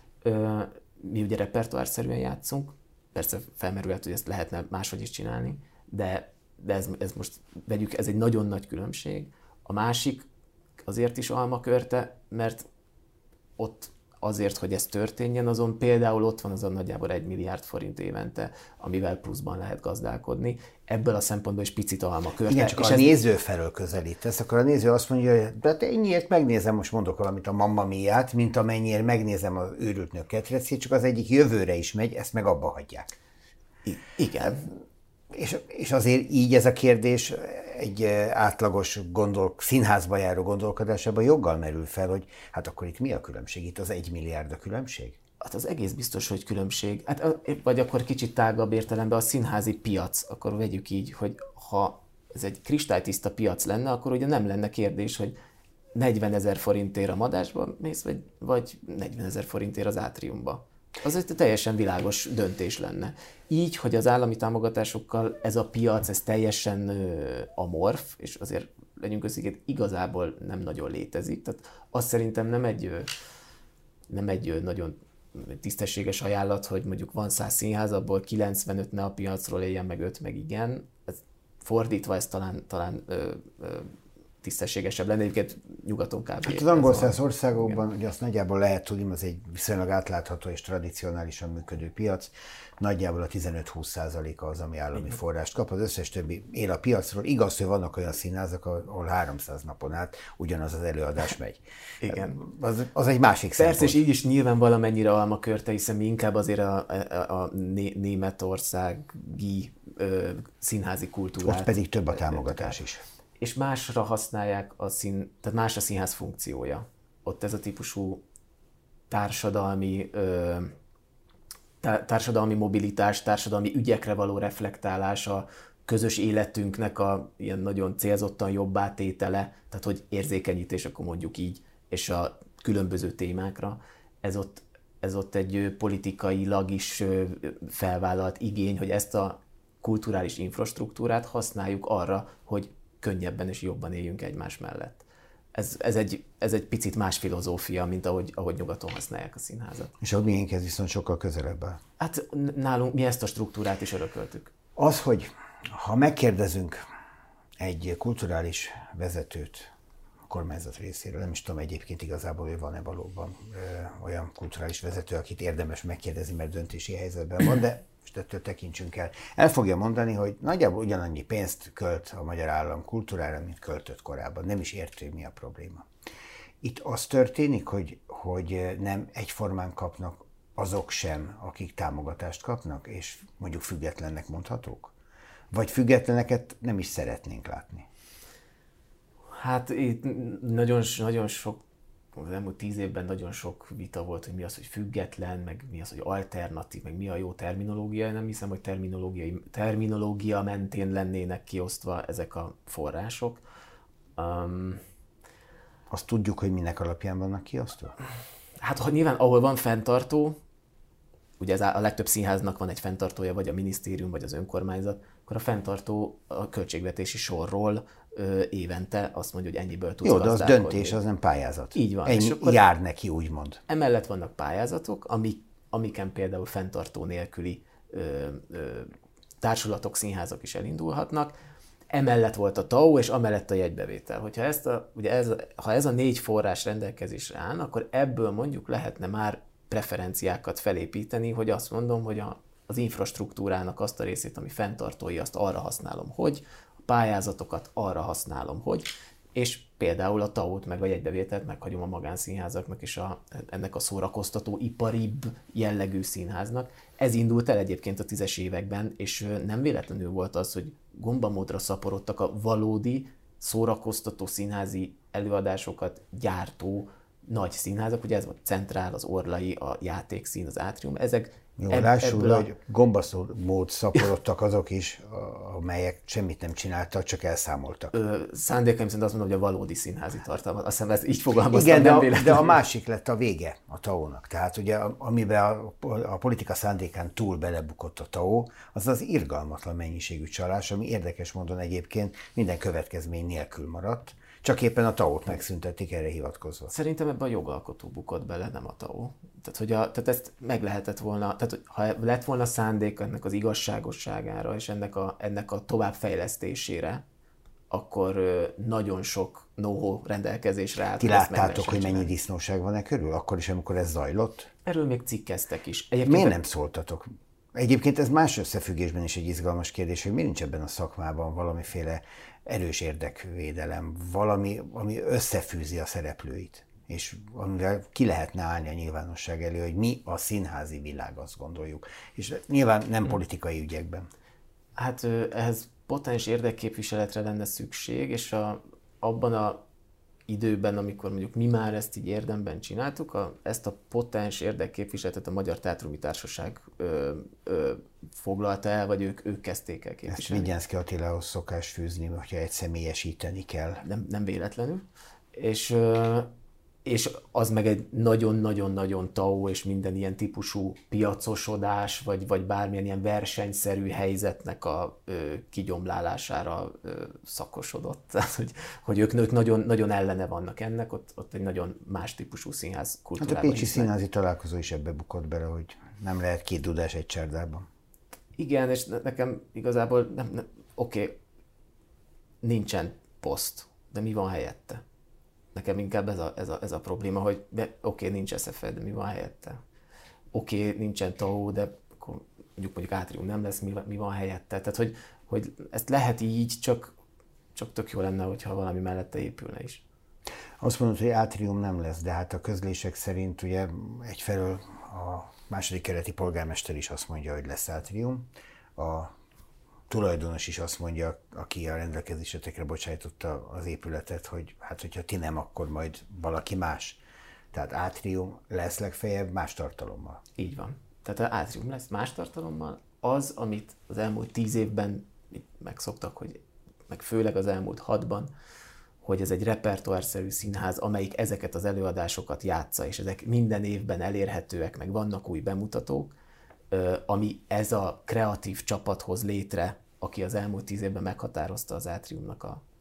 mi ugye repertoárszerűen játszunk, persze felmerülhet, hogy ezt lehetne máshogy is csinálni, de ez most vegyük, ez egy nagyon nagy különbség. A másik azért is almakörte, mert ott azért, hogy ez történjen, azon például ott van az a nagyjából 1 milliárd forint évente, amivel pluszban lehet gazdálkodni. Ebből a szempontból is picit almakörte. Igen, csak a néző felől közelítesz, akkor a néző azt mondja, hogy de ennyiért megnézem, most mondok valamit, a Mamma Miát, mint amennyiért megnézem az Őrült nők ketrecét, csak az egyik jövőre is megy, ezt meg abba hagyják. Igen. És azért így ez a kérdés egy átlagos színházba járó gondolkodásában joggal merül fel, hogy hát akkor itt mi a különbség? Itt az 1 milliárd a különbség? Hát az egész biztos, hogy különbség. Hát, vagy akkor kicsit tágabb értelemben a színházi piac, akkor vegyük így, hogy ha ez egy kristálytiszta piac lenne, akkor ugye nem lenne kérdés, hogy 40 000 forintért a Madácsba mész, vagy 40 000 forintért az átriumba. Az egy teljesen világos döntés lenne. Így, hogy az állami támogatásokkal ez a piac, ez teljesen amorf, és azért legyünk őszintén, igazából nem nagyon létezik. Tehát azt szerintem nem egy nagyon tisztességes ajánlat, hogy mondjuk van 100 színház, abból 95 ne a piacról éljen, meg 5 meg igen. Ez fordítva ez talán tisztességesebb lenne, egyébként nyugaton kb. Hát az angolszász országokban, ugye azt nagyjából lehet tudni, az egy viszonylag átlátható és tradicionálisan működő piac, nagyjából a 15-20%-a az, ami állami forrást kap, az összes többi él a piacról. Igaz, hogy vannak olyan színházak, ahol 300 napon át ugyanaz az előadás megy. Igen. Az egy másik szempont. Persze, és így is nyilván valamennyire almakörte, hiszen mi inkább azért a németországi színházi kultúrát. Ott pedig több a támogatás is. És másra használják tehát más a színház funkciója. Ott ez a típusú társadalmi mobilitás, társadalmi ügyekre való reflektálás, a közös életünknek a ilyen nagyon célzottan jobbá tétele, tehát hogy érzékenyítés, akkor mondjuk így, és a különböző témákra. Ez ott egy politikailag is felvállalt igény, hogy ezt a kulturális infrastruktúrát használjuk arra, hogy könnyebben és jobban éljünk egymás mellett. Ez egy picit más filozófia, mint ahogy nyugaton használják a színházat. És a miénkhez viszont sokkal közelebb áll. Hát nálunk mi ezt a struktúrát is örököltük. Az, hogy ha megkérdezünk egy kulturális vezetőt a kormányzat részéről, nem is tudom egyébként igazából, hogy van-e valóban olyan kulturális vezető, akit érdemes megkérdezni, mert döntési helyzetben van, de most ettől tekintsünk el. El fogja mondani, hogy nagyjából ugyanannyi pénzt költ a magyar állam kultúrára, mint költött korábban. Nem is értő, mi a probléma. Itt az történik, hogy nem egyformán kapnak azok sem, akik támogatást kapnak, és mondjuk függetlennek mondhatók? Vagy függetleneket nem is szeretnénk látni? Hát itt nagyon sok, az elmúlt 10 évben nagyon sok vita volt, hogy mi az, hogy független, meg mi az, hogy alternatív, meg mi a jó terminológia. Nem hiszem, hogy terminológia mentén lennének kiosztva ezek a források. Azt tudjuk, hogy minek alapján vannak kiosztva? Hát nyilván, ahol van fenntartó, ugye a legtöbb színháznak van egy fenntartója, vagy a minisztérium, vagy az önkormányzat, akkor a fenntartó a költségvetési sorról évente azt mondja, hogy ennyiből tudsz gazdálkodni. Jó, de az döntés, az nem pályázat. Így van. Ennyi jár neki, úgymond. Emellett vannak pályázatok, amiken például fenntartó nélküli társulatok, színházak is elindulhatnak. Emellett volt a TAO, és amellett a jegybevétel. Hogyha ha ez a 4 forrás rendelkezésre áll, akkor ebből mondjuk lehetne már preferenciákat felépíteni, hogy azt mondom, hogy az infrastruktúrának azt a részét, ami fenntartói, azt arra használom, hogy a pályázatokat arra használom, hogy, és például a TAO-t meg a jegybevételt meghagyom a magánszínházaknak és ennek a szórakoztató, iparibb jellegű színháznak. Ez indult el egyébként a 10-es években, és nem véletlenül volt az, hogy gombamódra szaporodtak a valódi szórakoztató színházi előadásokat gyártó nagy színházak, ugye ez a Centrál, az Orlai, a Játékszín, az Átrium, ezek jó, lássuk, hogy gombamód szaporodtak azok is, amelyek semmit nem csináltak, csak elszámoltak. Szándékaim szerint azt mondom, hogy a valódi színházi tartalmat. Azt hiszem, ezt így fogalmaztam. Igen, de a másik lett a vége a TAO-nak. Tehát ugye, amiben a politika szándékán túl belebukott a TAO, az az irgalmatlan mennyiségű csalás, ami érdekes módon egyébként minden következmény nélkül maradt. Csak éppen a TAO-t megszüntették erre hivatkozva. Szerintem ebben a jogalkotó bukott bele, nem a TAO. Tehát ezt meg lehetett volna, tehát ha lett volna szándék ennek az igazságosságára és ennek a továbbfejlesztésére, akkor nagyon sok know-how rendelkezésre állt. Ti láttátok, hogy mennyi disznóság van körül? Akkor is, amikor ez zajlott? Erről még cikkeztek is. Miért nem szóltatok? Egyébként ez más összefüggésben is egy izgalmas kérdés, hogy mi nincs ebben a szakmában valamiféle erős érdekvédelem, valami, ami összefűzi a szereplőit, és amivel ki lehetne állni a nyilvánosság elő, hogy mi a színházi világ, azt gondoljuk. És nyilván nem politikai ügyekben. Hát ehhez potens érdekképviseletre lenne szükség, és abban a időben, amikor mondjuk mi már ezt így érdemben csináltuk, ezt a potens érdekképviseletet a Magyar Teátrumi Társaság foglalta el, vagy ők kezdték el képviselni. Ezt Vigyenszky Attilához szokás fűzni, hogyha egy személyesíteni kell. Nem véletlenül. És az meg egy nagyon-nagyon-nagyon TAO és minden ilyen típusú piacosodás, vagy bármilyen ilyen versenyszerű helyzetnek a kigyomlálására szakosodott. Tehát, hogy ők nagyon, nagyon ellene vannak ennek, ott egy nagyon más típusú színház kultúrában. Hát a Pécsi Színházi Találkozó is ebbe bukott bele, hogy nem lehet 2 dudás egy csárdában. Igen, és nekem igazából nincsen poszt. de mi van helyette? Nekem inkább ez a probléma, hogy oké, nincs SFE, de mi van helyette? Oké, nincsen TAO, de akkor mondjuk Átrium nem lesz, mi van helyette? Tehát, hogy ezt lehet így, csak tök jó lenne, hogyha valami mellette épülne is. Azt mondod, hogy Átrium nem lesz, de hát a közlések szerint ugye egyfelől a második kerületi polgármester is azt mondja, hogy lesz Átrium. A tulajdonos is azt mondja, aki a rendelkezésetekre bocsájtotta az épületet, hogy hát hogyha ti nem, akkor majd valaki más. Tehát Átrium lesz legfeljebb más tartalommal. Így van. Tehát az Átrium lesz más tartalommal. Az, amit az elmúlt 10 évben megszoktak, meg főleg az elmúlt 6-ban, hogy ez egy repertoárszerű színház, amelyik ezeket az előadásokat játsza, és ezek minden évben elérhetőek, meg vannak új bemutatók, ami ez a kreatív csapat hoz létre, aki az elmúlt 10 évben meghatározta az Átriumnak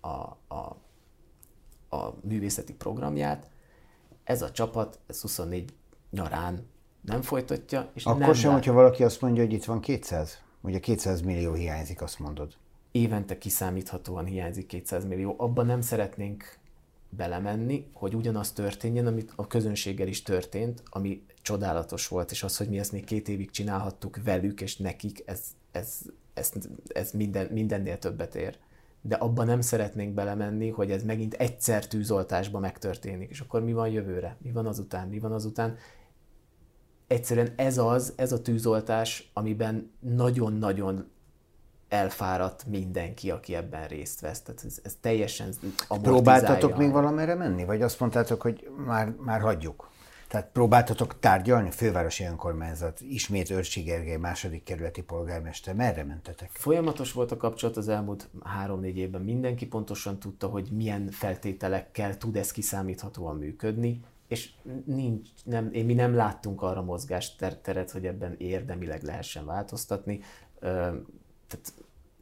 a művészeti programját. Ez a csapat 24 nyarán nem folytatja, és akkor nem sem, hogyha valaki azt mondja, hogy itt van 200? Ugye 200 millió hiányzik, azt mondod. Évente kiszámíthatóan hiányzik 200 millió. Abban nem szeretnénk belemenni, hogy ugyanaz történjen, amit a közönséggel is történt, ami csodálatos volt, és az, hogy mi ezt még 2 évig csinálhattuk velük, és nekik, ez mindennél többet ér. De abban nem szeretnénk belemenni, hogy ez megint egyszer tűzoltásban megtörténik, és akkor mi van jövőre? Mi van azután? Egyszerűen ez a tűzoltás, amiben nagyon-nagyon elfáradt mindenki, aki ebben részt vesz. Tehát ez teljesen amortizálja. Próbáltatok még valamerre menni? Vagy azt mondtátok, hogy már hagyjuk? Tehát próbáltatok tárgyalni? Fővárosi önkormányzat, ismét Őrsi Gergely, második kerületi polgármester. Merre mentetek? Folyamatos volt a kapcsolat az elmúlt 3-4 évben. Mindenki pontosan tudta, hogy milyen feltételekkel tud ez kiszámíthatóan működni, és mi nem láttunk arra mozgásteret, hogy ebben érdemileg lehessen változtatni. Tehát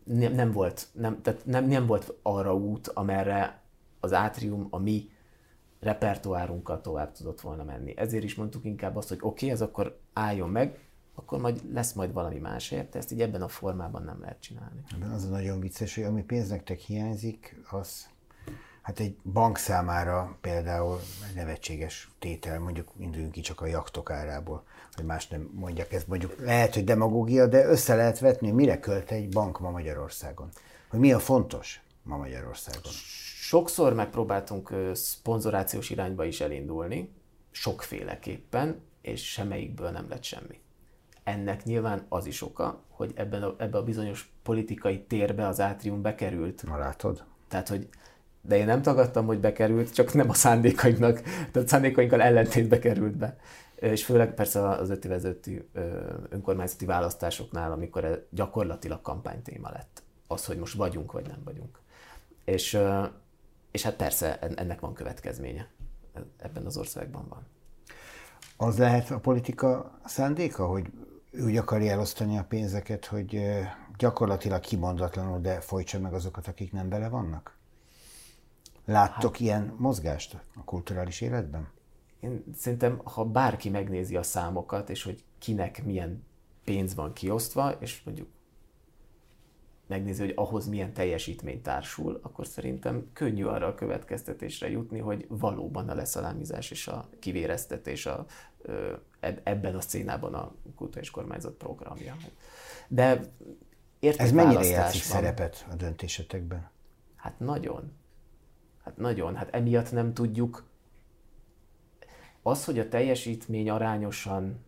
nem volt arra út, amerre az Átrium a mi repertoárunkkal tovább tudott volna menni. Ezért is mondtuk inkább azt, hogy oké, ez akkor álljon meg, akkor lesz majd valami más érte, ezt így ebben a formában nem lehet csinálni. Az nagyon vicces, hogy ami pénz nektek hiányzik, az hát egy bank számára például nevetséges tétel, mondjuk induljunk ki csak a jachtok árából, hogy más nem mondjak, ez mondjuk lehet, hogy demagógia, de össze lehet vetni, mire költ egy bank ma Magyarországon. Hogy mi a fontos ma Magyarországon. Sokszor megpróbáltunk szponzorációs irányba is elindulni, sokféleképpen, és semmelyikből nem lett semmi. Ennek nyilván az is oka, hogy ebbe a bizonyos politikai térbe az Átrium bekerült. Ma látod? Tehát, de én nem tagadtam, hogy bekerült, csak nem a szándékainknak, tehát szándékainkkal ellentétbe került be. És főleg persze az 5 év ezelőtti önkormányzati választásoknál, amikor ez gyakorlatilag kampánytéma lett. Az, hogy most vagyunk, vagy nem vagyunk. És hát persze ennek van következménye. Ebben az országban van. Az lehet a politika szándéka, hogy úgy akarja elosztani a pénzeket, hogy gyakorlatilag kimondatlanul, de folytsa meg azokat, akik nem bele vannak? Láttok ilyen mozgást a kulturális életben? Én szerintem, ha bárki megnézi a számokat, és hogy kinek milyen pénz van kiosztva, és mondjuk megnézi, hogy ahhoz milyen teljesítmény társul, akkor szerintem könnyű arra a következtetésre jutni, hogy valóban a leszalámizás és a kivéreztetés ebben a szcénában a kulturális kormányzat programja. De ez mennyire játszik szerepet a döntésetekben? Hát nagyon. Hát emiatt nem tudjuk. Az, hogy a teljesítmény arányosan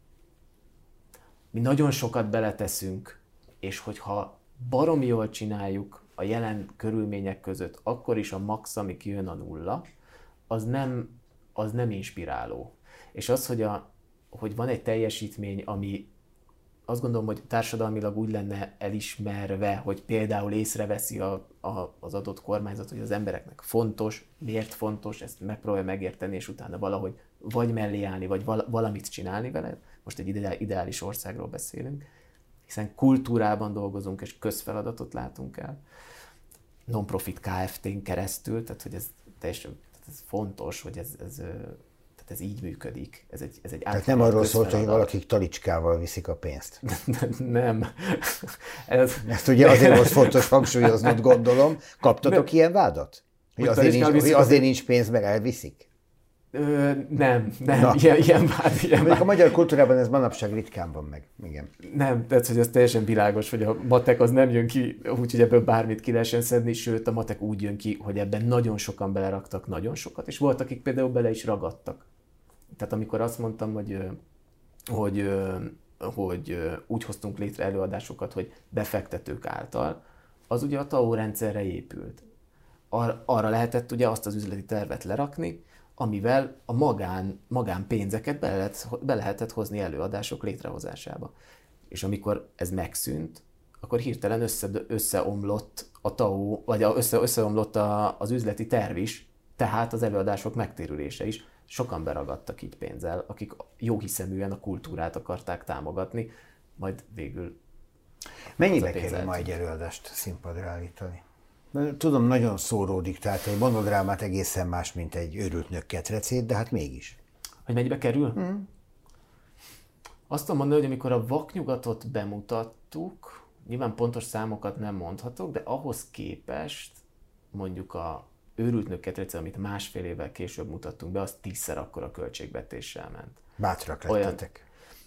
mi nagyon sokat beleteszünk, és hogyha baromi jól csináljuk a jelen körülmények között, akkor is a max, ami kijön a nulla, az nem inspiráló. És az, hogy van egy teljesítmény, ami azt gondolom, hogy társadalmilag úgy lenne elismerve, hogy például észreveszi az adott kormányzat, hogy az embereknek fontos, miért fontos, ezt megpróbálja megérteni, és utána valahogy vagy mellé állni, vagy valamit csinálni vele. Most egy ideális országról beszélünk, hiszen kultúrában dolgozunk, és közfeladatot látunk el. Non-profit Kft-n keresztül, tehát hogy ez teljesen ez fontos, hogy ez így működik. Ez egy tehát nem arról szólt, hogy valakik talicskával viszik a pénzt. Nem. Ezt ugye azért volt fontos hangsúlyoznod, gondolom. Kaptatok ilyen vádat? Hogy azért nincs pénz, meg elviszik? Nem, ilyen a magyar kultúrában ez manapság ritkán van meg. Igen. Nem, tehát hogy az teljesen világos, hogy a matek az nem jön ki úgy, hogy ebből bármit ki lehessen szedni, sőt a matek úgy jön ki, hogy ebben nagyon sokan beleraktak nagyon sokat, és volt, akik például bele is ragadtak. Tehát amikor azt mondtam, hogy úgy hoztunk létre előadásokat, hogy befektetők által, az ugye a TAO rendszerre épült. Arra lehetett ugye azt az üzleti tervet lerakni, amivel a magánpénzeket be lehetett hozni előadások létrehozásába. És amikor ez megszűnt, akkor hirtelen összeomlott a TAO, vagy összeomlott az üzleti terv is, tehát az előadások megtérülése is. Sokan beragadtak így pénzzel, akik jóhiszeműen a kultúrát akarták támogatni, majd végül... Mennyibe kerül ma egy előadást színpadra állítani? Tudom, nagyon szóródik, tehát egy monodrámát egészen más, mint egy őrült nők ketrecét, de hát mégis. Hogy mennyibe kerül? Azt tudom mondani, hogy amikor a Vaknyugatot bemutattuk, nyilván pontos számokat nem mondhatok, de ahhoz képest mondjuk a őrült nők ketrece, amit másfél évvel később mutattunk be, az 10-szer akkora költségvetéssel ment. Bátrak lettetek.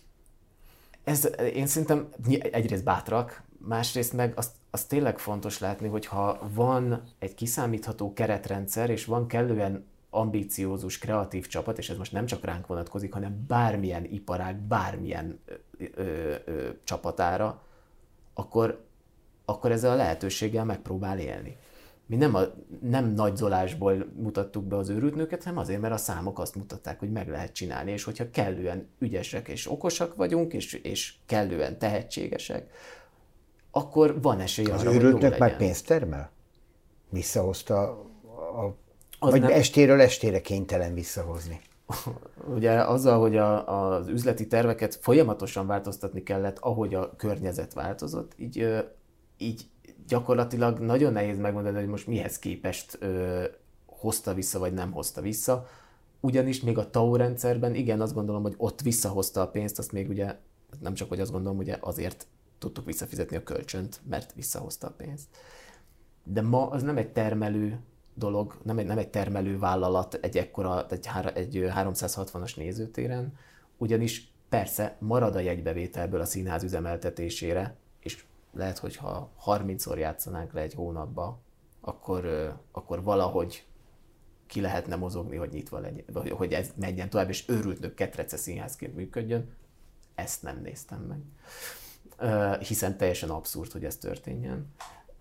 Én szerintem egyrészt bátrak, másrészt meg azt tényleg fontos látni, hogyha van egy kiszámítható keretrendszer, és van kellően ambíciózus, kreatív csapat, és ez most nem csak ránk vonatkozik, hanem bármilyen iparág, bármilyen csapatára, akkor ezzel a lehetőséggel megpróbál élni. Mi nem nagyzolásból mutattuk be az őrült nőket, hanem azért, mert a számok azt mutatták, hogy meg lehet csinálni, és hogyha kellően ügyesek és okosak vagyunk, és kellően tehetségesek, akkor van esély arra, hogy jó legyen. Az őrült nők már pénzt termel? Visszahozta vagy nem... estéről estére kénytelen visszahozni? Ugye azzal, hogy az üzleti terveket folyamatosan változtatni kellett, ahogy a környezet változott, így gyakorlatilag nagyon nehéz megmondani, hogy most mihez képest hozta vissza, vagy nem hozta vissza. Ugyanis még a TAO rendszerben, igen, azt gondolom, hogy ott visszahozta a pénzt, azt még ugye, nem csak, hogy azt gondolom, ugye azért tudtuk visszafizetni a kölcsönt, mert visszahozta a pénzt. De ma az nem egy termelő dolog, nem egy termelő vállalat egy 360-as nézőtéren, ugyanis persze marad a jegybevételből a színház üzemeltetésére, és lehet, hogy ha 30-szor játszanánk le egy hónapba, akkor valahogy ki lehetne mozogni, hogy nyitva legyen, hogy ez menjen tovább, és őrült nők ketrece színházként működjön. Ezt nem néztem meg. Hiszen teljesen abszurd, hogy ez történjen.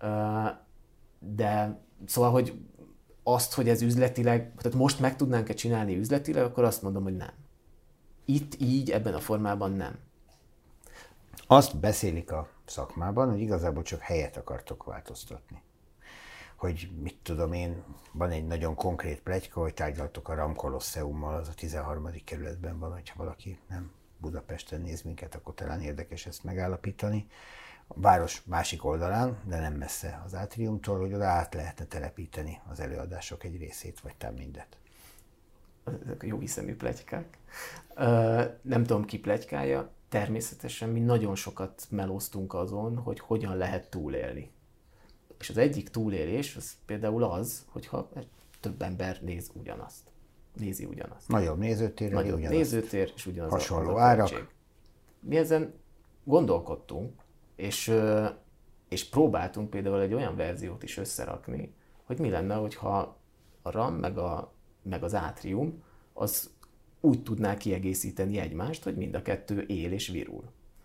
De szóval, hogy azt, hogy ez üzletileg, tehát most meg tudnánk-e csinálni üzletileg, akkor azt mondom, hogy nem. Itt így, ebben a formában nem. Azt beszélik a szakmában, hogy igazából csak helyet akartok változtatni. Hogy mit tudom én, van egy nagyon konkrét pletyka, hogy tárgyaltok a RAM Kolosseummal, az a 13. kerületben van, hogyha valaki nem Budapesten néz minket, akkor talán érdekes ezt megállapítani. A város másik oldalán, de nem messze az átriumtól, hogy oda át lehetne telepíteni az előadások egy részét, vagy talán mindet. Ezek jó hiszemű pletykák. Nem tudom, ki pletykálja. Természetesen mi nagyon sokat melóztunk azon, hogy hogyan lehet túlélni. És az egyik túlélés az például az, hogyha több ember nézi ugyanazt. Nagyobb nézőtér, nagyobb nézőtér, és ugyanaz hasonló árak. Mi ezen gondolkodtunk, és próbáltunk például egy olyan verziót is összerakni, hogy mi lenne, hogyha a RAM meg az átrium az úgy tudná kiegészíteni egymást, hogy mind a kettő él és virul.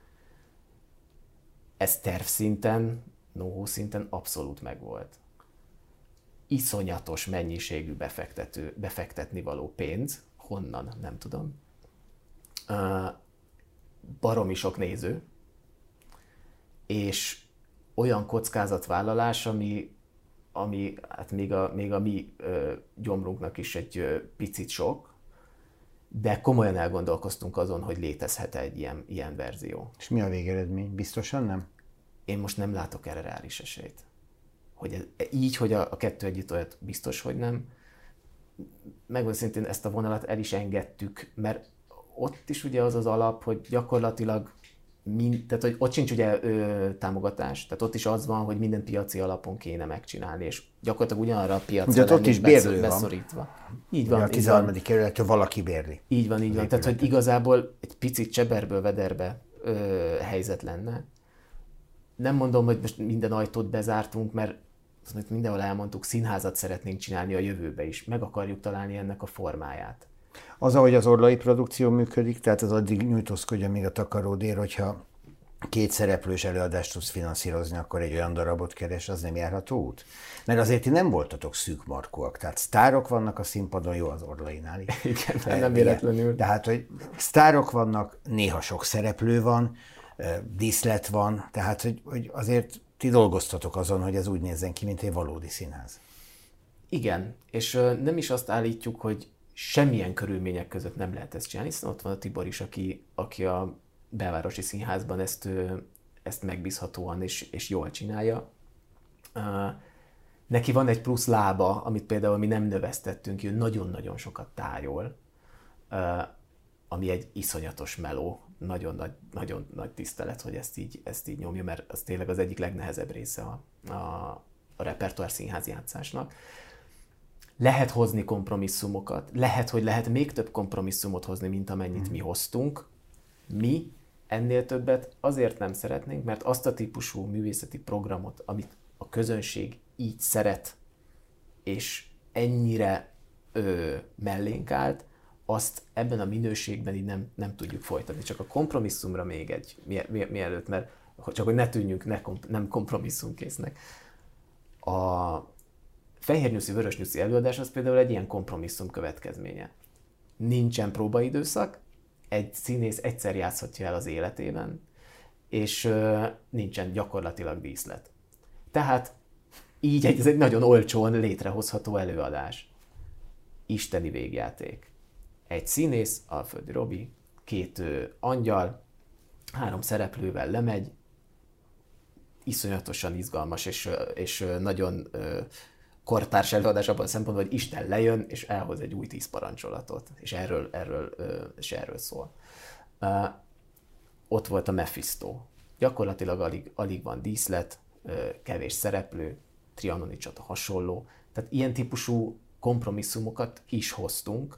Ez tervszinten, know-how szinten abszolút megvolt. Iszonyatos mennyiségű befektetni való pénz, honnan, nem tudom. Baromi sok néző, és olyan kockázatvállalás, ami hát még a mi gyomrunknak is egy picit sok, de komolyan elgondolkoztunk azon, hogy létezhet egy ilyen verzió. És mi a végeredmény? Biztosan nem? Én most nem látok erre reális esélyt. Hogy a kettő együtt olyat biztos, hogy nem. Megmondom szintén, ezt a vonalat el is engedtük, mert ott is ugye az az alap, hogy gyakorlatilag tehát hogy ott sincs ugye támogatás, tehát ott is az van, hogy minden piaci alapon kéne megcsinálni, és gyakorlatilag ugyanarra a piacra ott is bérlő beszorítva. Van. Így van. A 13. kerülettől valaki bérli. Így van. Tehát, hogy igazából egy picit cseberből vederbe helyzet lenne. Nem mondom, hogy most minden ajtót bezártunk, mert mindenhol elmondtuk, színházat szeretnénk csinálni a jövőbe is. Meg akarjuk találni ennek a formáját. Az, ahogy az orlai produkció működik, tehát az addig nyújtózkodja még a takaródér, hogyha 2 szereplős előadást tudsz finanszírozni, akkor egy olyan darabot keres, az nem járható út? Mert azért ti nem voltatok szűk markúak, tehát sztárok vannak a színpadon, jó az Orlainál is. Igen, nem véletlenül. Tehát, hogy sztárok vannak, néha sok szereplő van, díszlet van, tehát, hogy azért ti dolgoztatok azon, hogy ez úgy nézzen ki, mint egy valódi színház. Igen, és nem is azt állítjuk, hogy semmilyen körülmények között nem lehet ezt csinálni, hiszen ott van a Tibor is, aki a Belvárosi Színházban ezt megbízhatóan és jól csinálja. Neki van egy plusz lába, amit például mi nem növesztettünk, ő nagyon-nagyon sokat tájol, ami egy iszonyatos meló, nagyon nagy tisztelet, hogy ezt így nyomja, mert az tényleg az egyik legnehezebb része a repertoár színházjátszásnak. Lehet hozni kompromisszumokat, lehet még több kompromisszumot hozni, mint amennyit mi hoztunk. Mi ennél többet azért nem szeretnénk, mert azt a típusú művészeti programot, amit a közönség így szeret, és ennyire mellénk állt, azt ebben a minőségben így nem tudjuk folytatni. Csak a kompromisszumra még mielőtt, mert csak hogy ne tűnjünk nem kompromisszumkésznek. A fehérnyuszi, vörösnyuszi előadás az például egy ilyen kompromisszum következménye. Nincsen próbaidőszak, egy színész egyszer játszhatja el az életében, és nincsen gyakorlatilag díszlet. Tehát így ez egy nagyon olcsón létrehozható előadás. Isteni végjáték. Egy színész, Alföldi Robi, 2 angyal, 3 szereplővel lemegy, iszonyatosan izgalmas és nagyon kortárs előadás abban a szempontból, hogy Isten lejön, és elhoz egy új 10 parancsolatot, és erről szól. Ott volt a Mephisto. Gyakorlatilag alig van díszlet, kevés szereplő, trianoni csata hasonló. Tehát ilyen típusú kompromisszumokat is hoztunk,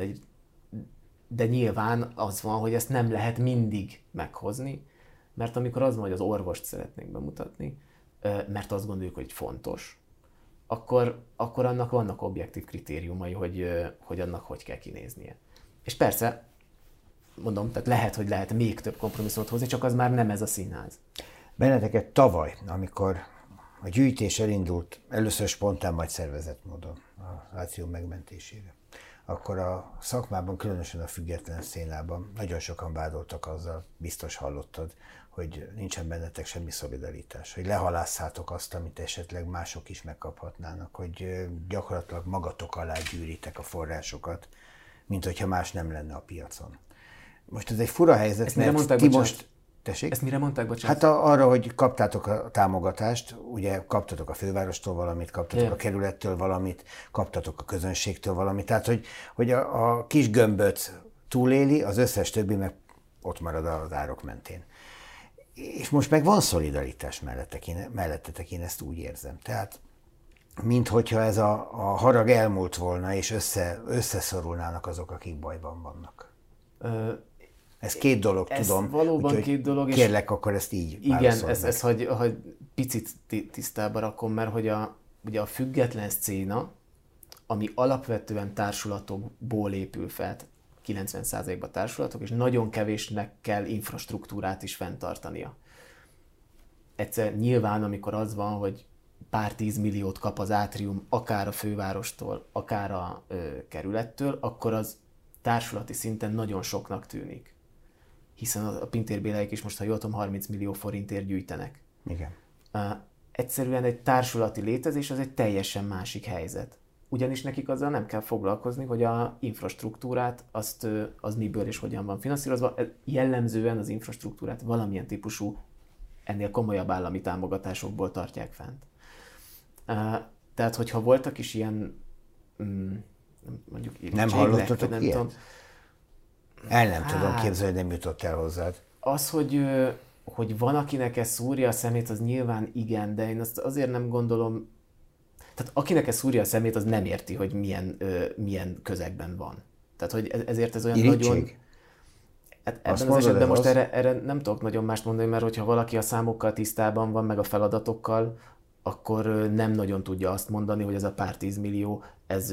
de nyilván az van, hogy ezt nem lehet mindig meghozni, mert amikor az van, hogy az orvost szeretnénk bemutatni, mert azt gondoljuk, hogy fontos, akkor annak vannak objektív kritériumai, hogy annak hogy kell kinéznie. És persze, mondom, tehát lehet még több kompromisszumot hozni, csak az már nem ez a színház. Benneteket tavaly, amikor a gyűjtés elindult, először spontán, majd szervezett módon a Láció megmentésére, akkor a szakmában, különösen a független szénában nagyon sokan vádoltak azzal, biztos hallottad, hogy nincsen bennetek semmi szolidaritás, hogy lehalásszátok azt, amit esetleg mások is megkaphatnának, hogy gyakorlatilag magatok alá gyűritek a forrásokat, mint hogyha más nem lenne a piacon. Most ez egy fura helyzet, ezt mert ti most... Tessék? Ezt mire mondták, bocsánat? Hát arra, hogy kaptátok a támogatást, ugye kaptatok a fővárostól valamit, kaptatok a kerülettől valamit, kaptatok a közönségtől valamit, tehát hogy a kis gömböt túléli, az összes többi meg ott marad az árok mentén. És most meg van szolidaritás mellettetek, én ezt úgy érzem. Tehát, minthogyha ez a harag elmúlt volna, és összeszorulnának azok, akik bajban vannak. Ez 2 dolog, ez tudom. Valóban 2 dolog. Kérlek, akkor ezt így igen, ez hogy picit tisztába rakom, mert hogy ugye a független szcéna, ami alapvetően társulatokból épül fel, 90%-ban társulatok, és nagyon kevésnek kell infrastruktúrát is fenntartania. Egyszer nyilván, amikor az van, hogy pár 10 milliót kap az átrium, akár a fővárostól, akár a kerülettől, akkor az társulati szinten nagyon soknak tűnik. Hiszen a Pintér Béláik is most, ha jól tudom, 30 millió forintért gyűjtenek. Igen. Egyszerűen egy társulati létezés az egy teljesen másik helyzet. Ugyanis nekik azzal nem kell foglalkozni, hogy a infrastruktúrát az miből és hogyan van finanszírozva. Jellemzően az infrastruktúrát valamilyen típusú, ennél komolyabb állami támogatásokból tartják fent. Tehát, hogyha voltak is ilyen, mondjuk... Nem hallottatok ilyet? Nem tudom képzelni, nem jutott el hozzád. Az, hogy van, akinek ez szúrja a szemét, az nyilván igen, de én azt azért nem gondolom, tehát akinek ez szúrja a szemét, az nem érti, hogy milyen közegben van. Tehát, hogy ezért ez olyan Irítség? nagyon... Hát ebben az esetben most erre nem tudok nagyon mást mondani, mert hogyha valaki a számokkal tisztában van, meg a feladatokkal, akkor nem nagyon tudja azt mondani, hogy ez a pár 10 millió,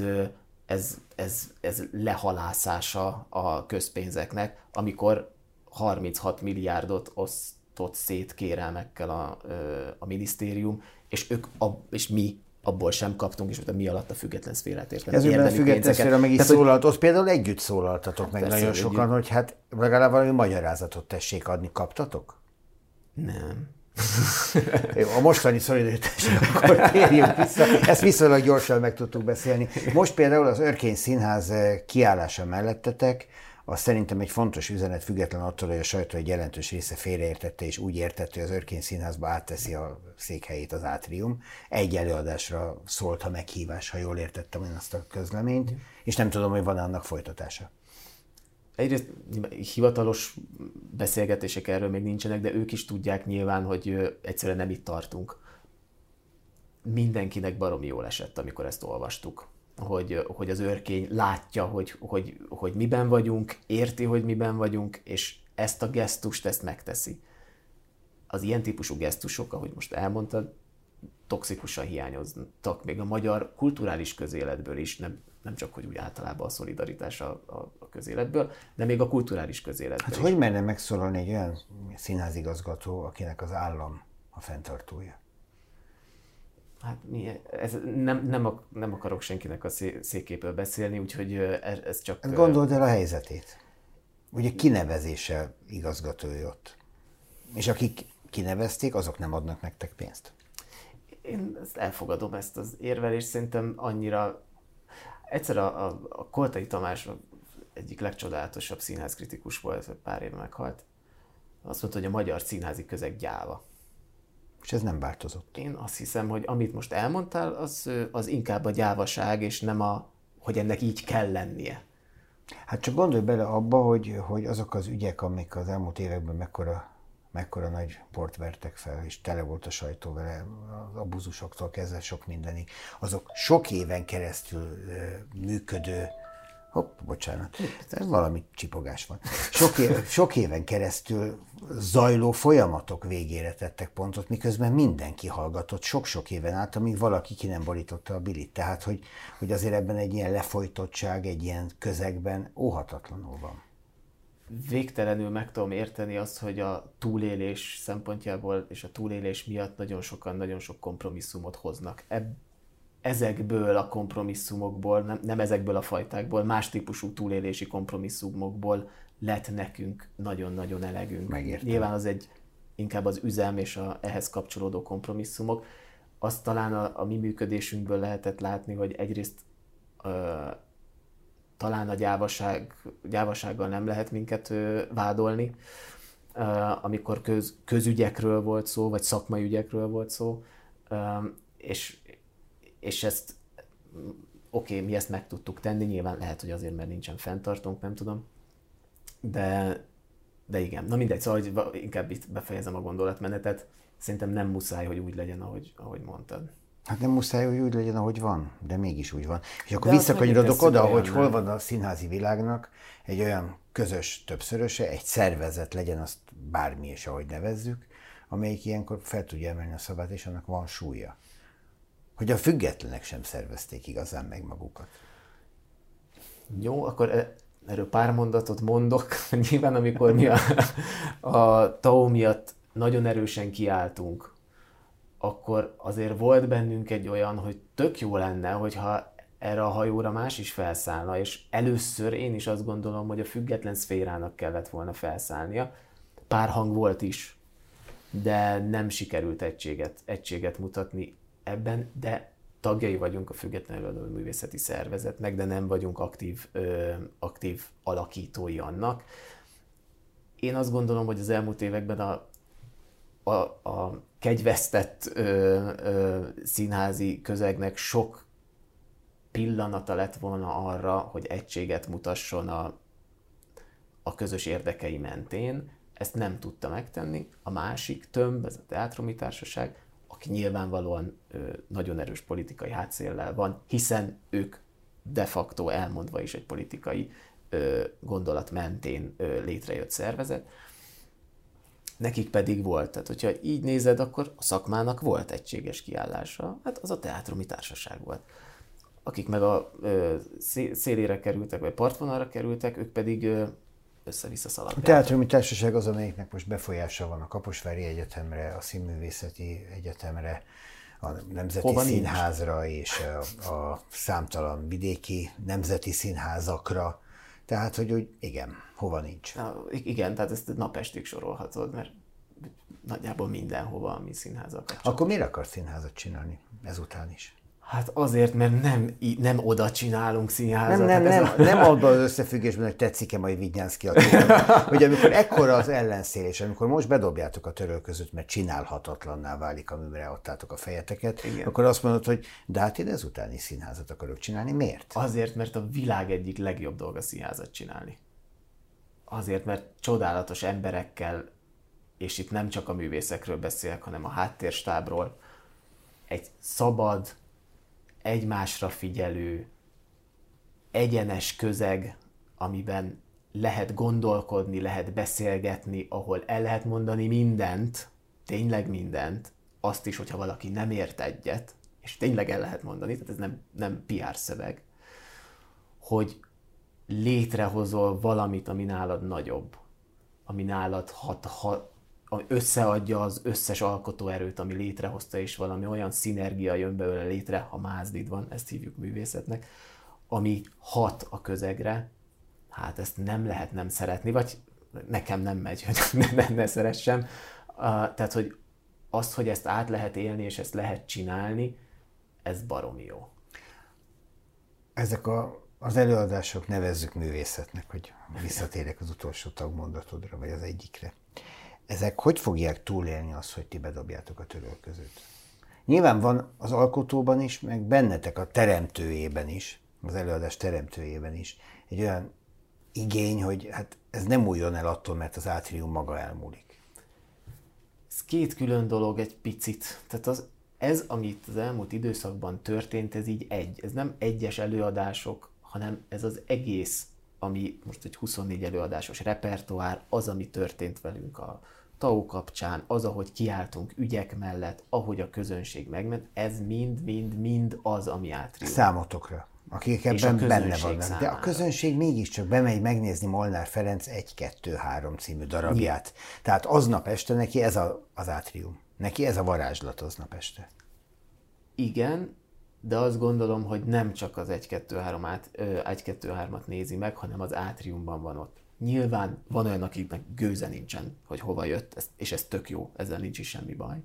ez lehalászása a közpénzeknek, amikor 36 milliárdot osztott szét kérelmekkel a minisztérium, és mi abból sem kaptunk, és mi alatt a független szférát értem. Ezért a független szféra meg is szólalt, ott például együtt szólaltatok meg nagyon sokan, hogy hát legalább valami magyarázatot tessék adni. Kaptatok? Nem. Jó, a mostani szolidaritásra akkor térjünk vissza. Ezt viszonylag gyorsan meg tudtuk beszélni. Most például az Örkény Színház kiállása mellettetek, az szerintem egy fontos üzenet, független attól, hogy a sajtó egy jelentős része félreértette, és úgy értette, hogy az Örkény Színházba átteszi a székhelyét az Átrium. Egy előadásra szólt a meghívás, ha jól értettem én azt a közleményt, és nem tudom, hogy van annak folytatása. Egyrészt hivatalos beszélgetések erről még nincsenek, de ők is tudják nyilván, hogy egyszerűen nem itt tartunk. Mindenkinek baromi jól esett, amikor ezt olvastuk. Hogy az Örkény látja, hogy miben vagyunk, érti, hogy miben vagyunk, és ezt a gesztust, ezt megteszi. Az ilyen típusú gesztusok, ahogy most elmondtad, toxikusan hiányoztak még a magyar kulturális közéletből is, nem csak, hogy úgy általában a szolidaritás a közéletből, de még a kulturális közéletből hát is. Hogy merne megszólalni egy olyan színházigazgató, akinek az állam a fenntartója? Hát nem akarok senkinek a székéből beszélni, úgyhogy ez csak... Hát gondold el a helyzetét. Ugye kinevezéssel igazgatója ott. És akik kinevezték, azok nem adnak nektek pénzt. Én elfogadom ezt az érvelést, szerintem annyira... Egyszer a Koltai Tamás egyik legcsodálatosabb színházkritikus volt, pár éve meghalt. Azt mondta, hogy a magyar színházi közeg gyáva. És ez nem változott. Én azt hiszem, hogy amit most elmondtál, az inkább a gyávaság, és nem hogy ennek így kell lennie. Hát csak gondolj bele abba, hogy azok az ügyek, amik az elmúlt években mekkora nagy port vertek fel, és tele volt a sajtó vele, az abuzusoktól kezdve sok mindenig, azok sok éven keresztül működő, bocsánat, valami csipogás van. Sok éven keresztül zajló folyamatok végére tettek pontot, miközben mindenki hallgatott sok-sok éven át, amíg valaki ki nem borította a bilit. Tehát, hogy azért ebben egy ilyen lefolytottság, egy ilyen közegben óhatatlanul van. Végtelenül meg tudom érteni azt, hogy a túlélés szempontjából és a túlélés miatt nagyon sokan nagyon sok kompromisszumot hoznak. Ezekből a kompromisszumokból, nem ezekből a fajtákból, más típusú túlélési kompromisszumokból lett nekünk nagyon-nagyon elegünk. Megértem. Nyilván az inkább az üzem és ehhez kapcsolódó kompromisszumok. Azt talán a mi működésünkből lehetett látni, hogy egyrészt talán a gyávasággal nem lehet minket vádolni, amikor közügyekről volt szó, vagy szakmai ügyekről volt szó, és ezt mi ezt meg tudtuk tenni, nyilván lehet, hogy azért, mert nincsen fenntartónk, nem tudom, de igen. Na mindegy, szóval hogy inkább itt befejezem a gondolatmenetet, szerintem nem muszáj, hogy úgy legyen, ahogy mondtad. Hát nem muszáj, hogy úgy legyen, ahogy van, de mégis úgy van. És akkor visszakanyarodok oda, hogy hol van a színházi világnak egy olyan közös többszöröse, egy szervezet legyen, azt bármi is, ahogy nevezzük, amelyik ilyenkor fel tudja emelni a szavát, és annak van súlya. Hogy a függetlenek sem szervezték igazán meg magukat. Jó, akkor erről pár mondatot mondok. Nyilván, amikor mi a TAO miatt nagyon erősen kiálltunk, akkor azért volt bennünk egy olyan, hogy tök jó lenne, hogyha erre a hajóra más is felszállna, és először én is azt gondolom, hogy a független szférának kellett volna felszállnia. Pár hang volt is, de nem sikerült egységet mutatni ebben, de tagjai vagyunk a Független Előadóművészeti Szervezetnek, de nem vagyunk aktív alakítói annak. Én azt gondolom, hogy az elmúlt években a kegyvesztett színházi közegnek sok pillanata lett volna arra, hogy egységet mutasson a közös érdekei mentén. ezt nem tudta megtenni. A másik tömb, ez a Teátrumi Társaság, aki nyilvánvalóan nagyon erős politikai hátszéllel van, hiszen ők de facto elmondva is egy politikai gondolat mentén létrejött szervezet. Nekik pedig volt. Tehát, hogyha így nézed, akkor a szakmának volt egységes kiállása, hát az a Teátrumi Társaság volt. Akik meg a szélére kerültek, vagy partvonalra kerültek, ők pedig össze-vissza szaladgáltak. A Teátrumi Társaság az, amelyiknek most befolyása van a Kaposvári Egyetemre, a Színművészeti Egyetemre, a Nemzeti Hova Színházra és a számtalan vidéki nemzeti színházakra. Tehát, hogy igen, hova nincs. Igen, tehát ezt napestig sorolhatod, mert nagyjából mindenhova, ami színházak kapcsolatban. Akkor miért akarsz színházat csinálni ezután is? Hát azért, mert nem oda csinálunk színházat. Nem abban az összefüggésben, hogy tetszik-e majd Vidnyánszky hogy amikor ekkora az ellenszél, és amikor most bedobjátok a törölközőt, mert csinálhatatlanná válik, amire adtátok a fejeteket, igen. Akkor azt mondod, hogy de hát én ezután is színházat akarok csinálni. Miért? Azért, mert a világ egyik legjobb dolga színházat csinálni. Azért, mert csodálatos emberekkel, és itt nem csak a művészekről beszélek, hanem a háttérstábról, egy szabad, egymásra figyelő, egyenes közeg, amiben lehet gondolkodni, lehet beszélgetni, ahol el lehet mondani mindent, tényleg mindent, azt is, hogyha valaki nem ért egyet, és tényleg el lehet mondani, tehát ez nem PR szöveg, hogy létrehozol valamit, ami nálad nagyobb, ami nálad ami összeadja az összes alkotóerőt, ami létrehozta, és valami olyan szinergia jön belőle létre, ha mázdid van, ezt hívjuk művészetnek, ami hat a közegre, hát ezt nem lehet nem szeretni, vagy nekem nem megy, hogy ne szeressem. Tehát, hogy azt, hogy ezt át lehet élni, és ezt lehet csinálni, ez baromi jó. Ezek az előadások, nevezzük művészetnek, hogy visszatérek az utolsó tagmondatodra, vagy az egyikre. Ezek hogy fogják túlélni azt, hogy ti bedobjátok a törölközőt? Nyilván van az alkotóban is, meg bennetek a teremtőjében is, az előadás teremtőjében is egy olyan igény, hogy hát ez nem újjon el attól, mert az átrium maga elmúlik. Ez két külön dolog egy picit. Tehát ez, amit az elmúlt időszakban történt, ez így ez nem egyes előadások, hanem ez az egész, ami most egy 24 előadásos repertoár, az, ami történt velünk a TAU kapcsán, az, ahogy kiálltunk ügyek mellett, ahogy a közönség megment, ez mind az, ami átrium. Számotokra, akik ebben benne vannak. számára. De a közönség mégiscsak bemegy megnézni Molnár Ferenc 1-2-3 című darabját. Tehát aznap este neki ez az átrium. Neki ez a varázslat aznap este. Igen, de azt gondolom, hogy nem csak az 1-2-3-at nézi meg, hanem az átriumban van ott. Nyilván van olyan, akiknek gőze nincsen, hogy hova jött, és ez tök jó, ezzel nincs is semmi baj.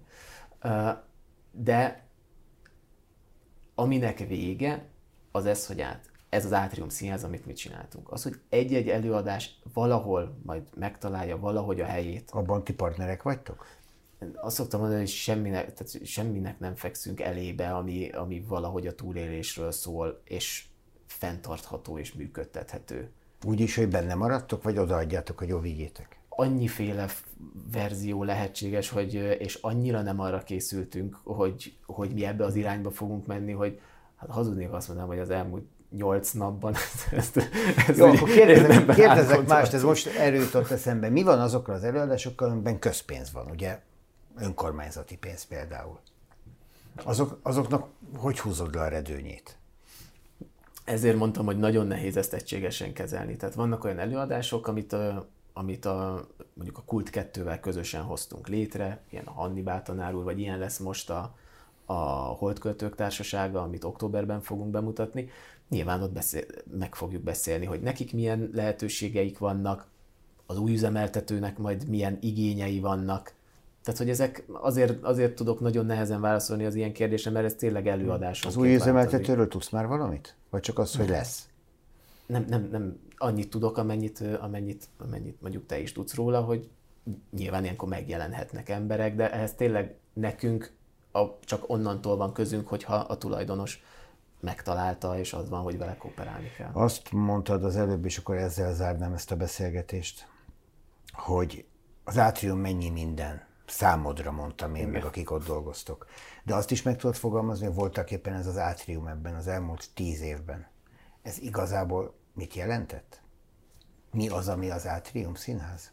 De aminek vége, az ez, hogy ez az Átrium Színház, amit mi csináltunk. Az, hogy egy-egy előadás valahol majd megtalálja valahogy a helyét. Abban ti partnerek vagytok? Azt szoktam mondani, hogy semminek nem fekszünk elébe, ami valahogy a túlélésről szól, és fenntartható és működtethető. Úgy is, hogy benne maradtok, vagy odaadjátok, hogy jó, vigyétek? Annyiféle verzió lehetséges, és annyira nem arra készültünk, hogy mi ebbe az irányba fogunk menni, hogy hát hazudnék, azt mondanám, hogy az elmúlt 8 napban jó, akkor kérdezzek mást, ez most erőjutott eszembe. Mi van azokkal az előadásokkal, amiben közpénz van, ugye? Önkormányzati pénz például. Azoknak hogy húzod le a redőnyét? Ezért mondtam, hogy nagyon nehéz ezt egységesen kezelni. Tehát vannak olyan előadások, amit mondjuk a Kult 2-vel közösen hoztunk létre, ilyen a Hannibál tanár úr, vagy ilyen lesz most a Holdköltők Társasága, amit októberben fogunk bemutatni. Nyilván ott meg fogjuk beszélni, hogy nekik milyen lehetőségeik vannak, az új üzemeltetőnek majd milyen igényei vannak. Tehát, hogy ezek azért tudok nagyon nehezen válaszolni az ilyen kérdésre, mert ez tényleg előadások. Az új üzemeltetőről tudsz már valamit? Vagy csak az, hogy lesz? Nem annyit tudok, amennyit mondjuk te is tudsz róla, hogy nyilván ilyenkor megjelenhetnek emberek, de ehhez tényleg nekünk csak onnantól van közünk, hogyha a tulajdonos megtalálta, és az van, hogy vele kooperálni kell. Azt mondtad az előbb, és akkor ezzel zárnám ezt a beszélgetést, hogy az átrium mennyi minden számodra, mondtam én, meg akik ott dolgoztok. De azt is meg tudod fogalmazni, hogy voltak éppen ez az átrium ebben az elmúlt 10 évben. Ez igazából mit jelentett? Mi az, ami az Átrium Színház?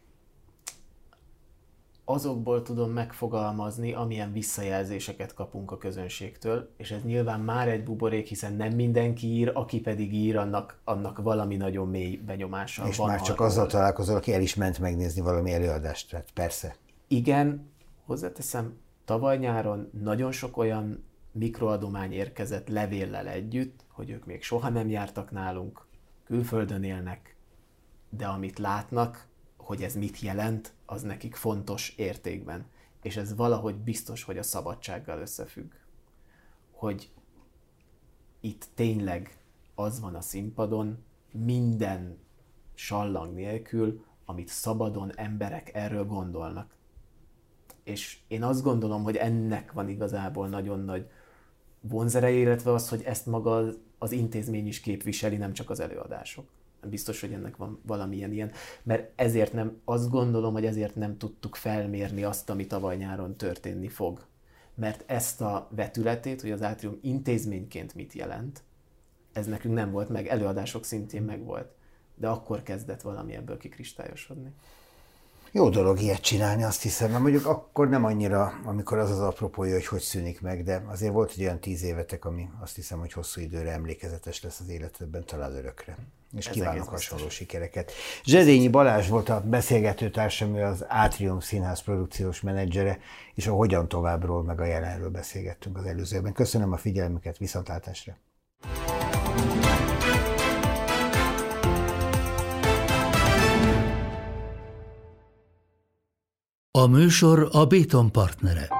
Azokból tudom megfogalmazni, amilyen visszajelzéseket kapunk a közönségtől, és ez nyilván már egy buborék, hiszen nem mindenki ír, aki pedig ír, annak valami nagyon mély benyomása és van. És már csak azzal találkozol, aki el is ment megnézni valami előadást, tehát persze. Igen, hozzáteszem, tavaly nyáron nagyon sok olyan mikroadomány érkezett levéllel együtt, hogy ők még soha nem jártak nálunk, külföldön élnek, de amit látnak, hogy ez mit jelent, az nekik fontos értékben. És ez valahogy biztos, hogy a szabadsággal összefügg. Hogy itt tényleg az van a színpadon, minden sallang nélkül, amit szabadon emberek erről gondolnak. És én azt gondolom, hogy ennek van igazából nagyon nagy vonzereje, illetve az, hogy ezt maga az intézmény is képviseli, nem csak az előadások. Biztos, hogy ennek van valamilyen ilyen, mert ezért nem, azt gondolom, hogy ezért nem tudtuk felmérni azt, ami tavaly nyáron történni fog. Mert ezt a vetületét, hogy az Átrium intézményként mit jelent, ez nekünk nem volt meg, előadások szintén meg volt. De akkor kezdett valami ebből kikristályosodni. Jó dolog ilyet csinálni, azt hiszem, mert mondjuk akkor nem annyira, amikor az az apropója, hogy szűnik meg, de azért volt egy olyan 10 évetek, ami azt hiszem, hogy hosszú időre emlékezetes lesz az életedben, talán örökre. És ez kívánok hasonló sikereket. Zsedényi Balázs volt a beszélgető társam, ő az Átrium Színház produkciós menedzsere, és a hogyan továbbról, meg a jelenről beszélgettünk az előzőben. Köszönöm a figyelmüket, viszontlátásra! A műsor a Béton partnere.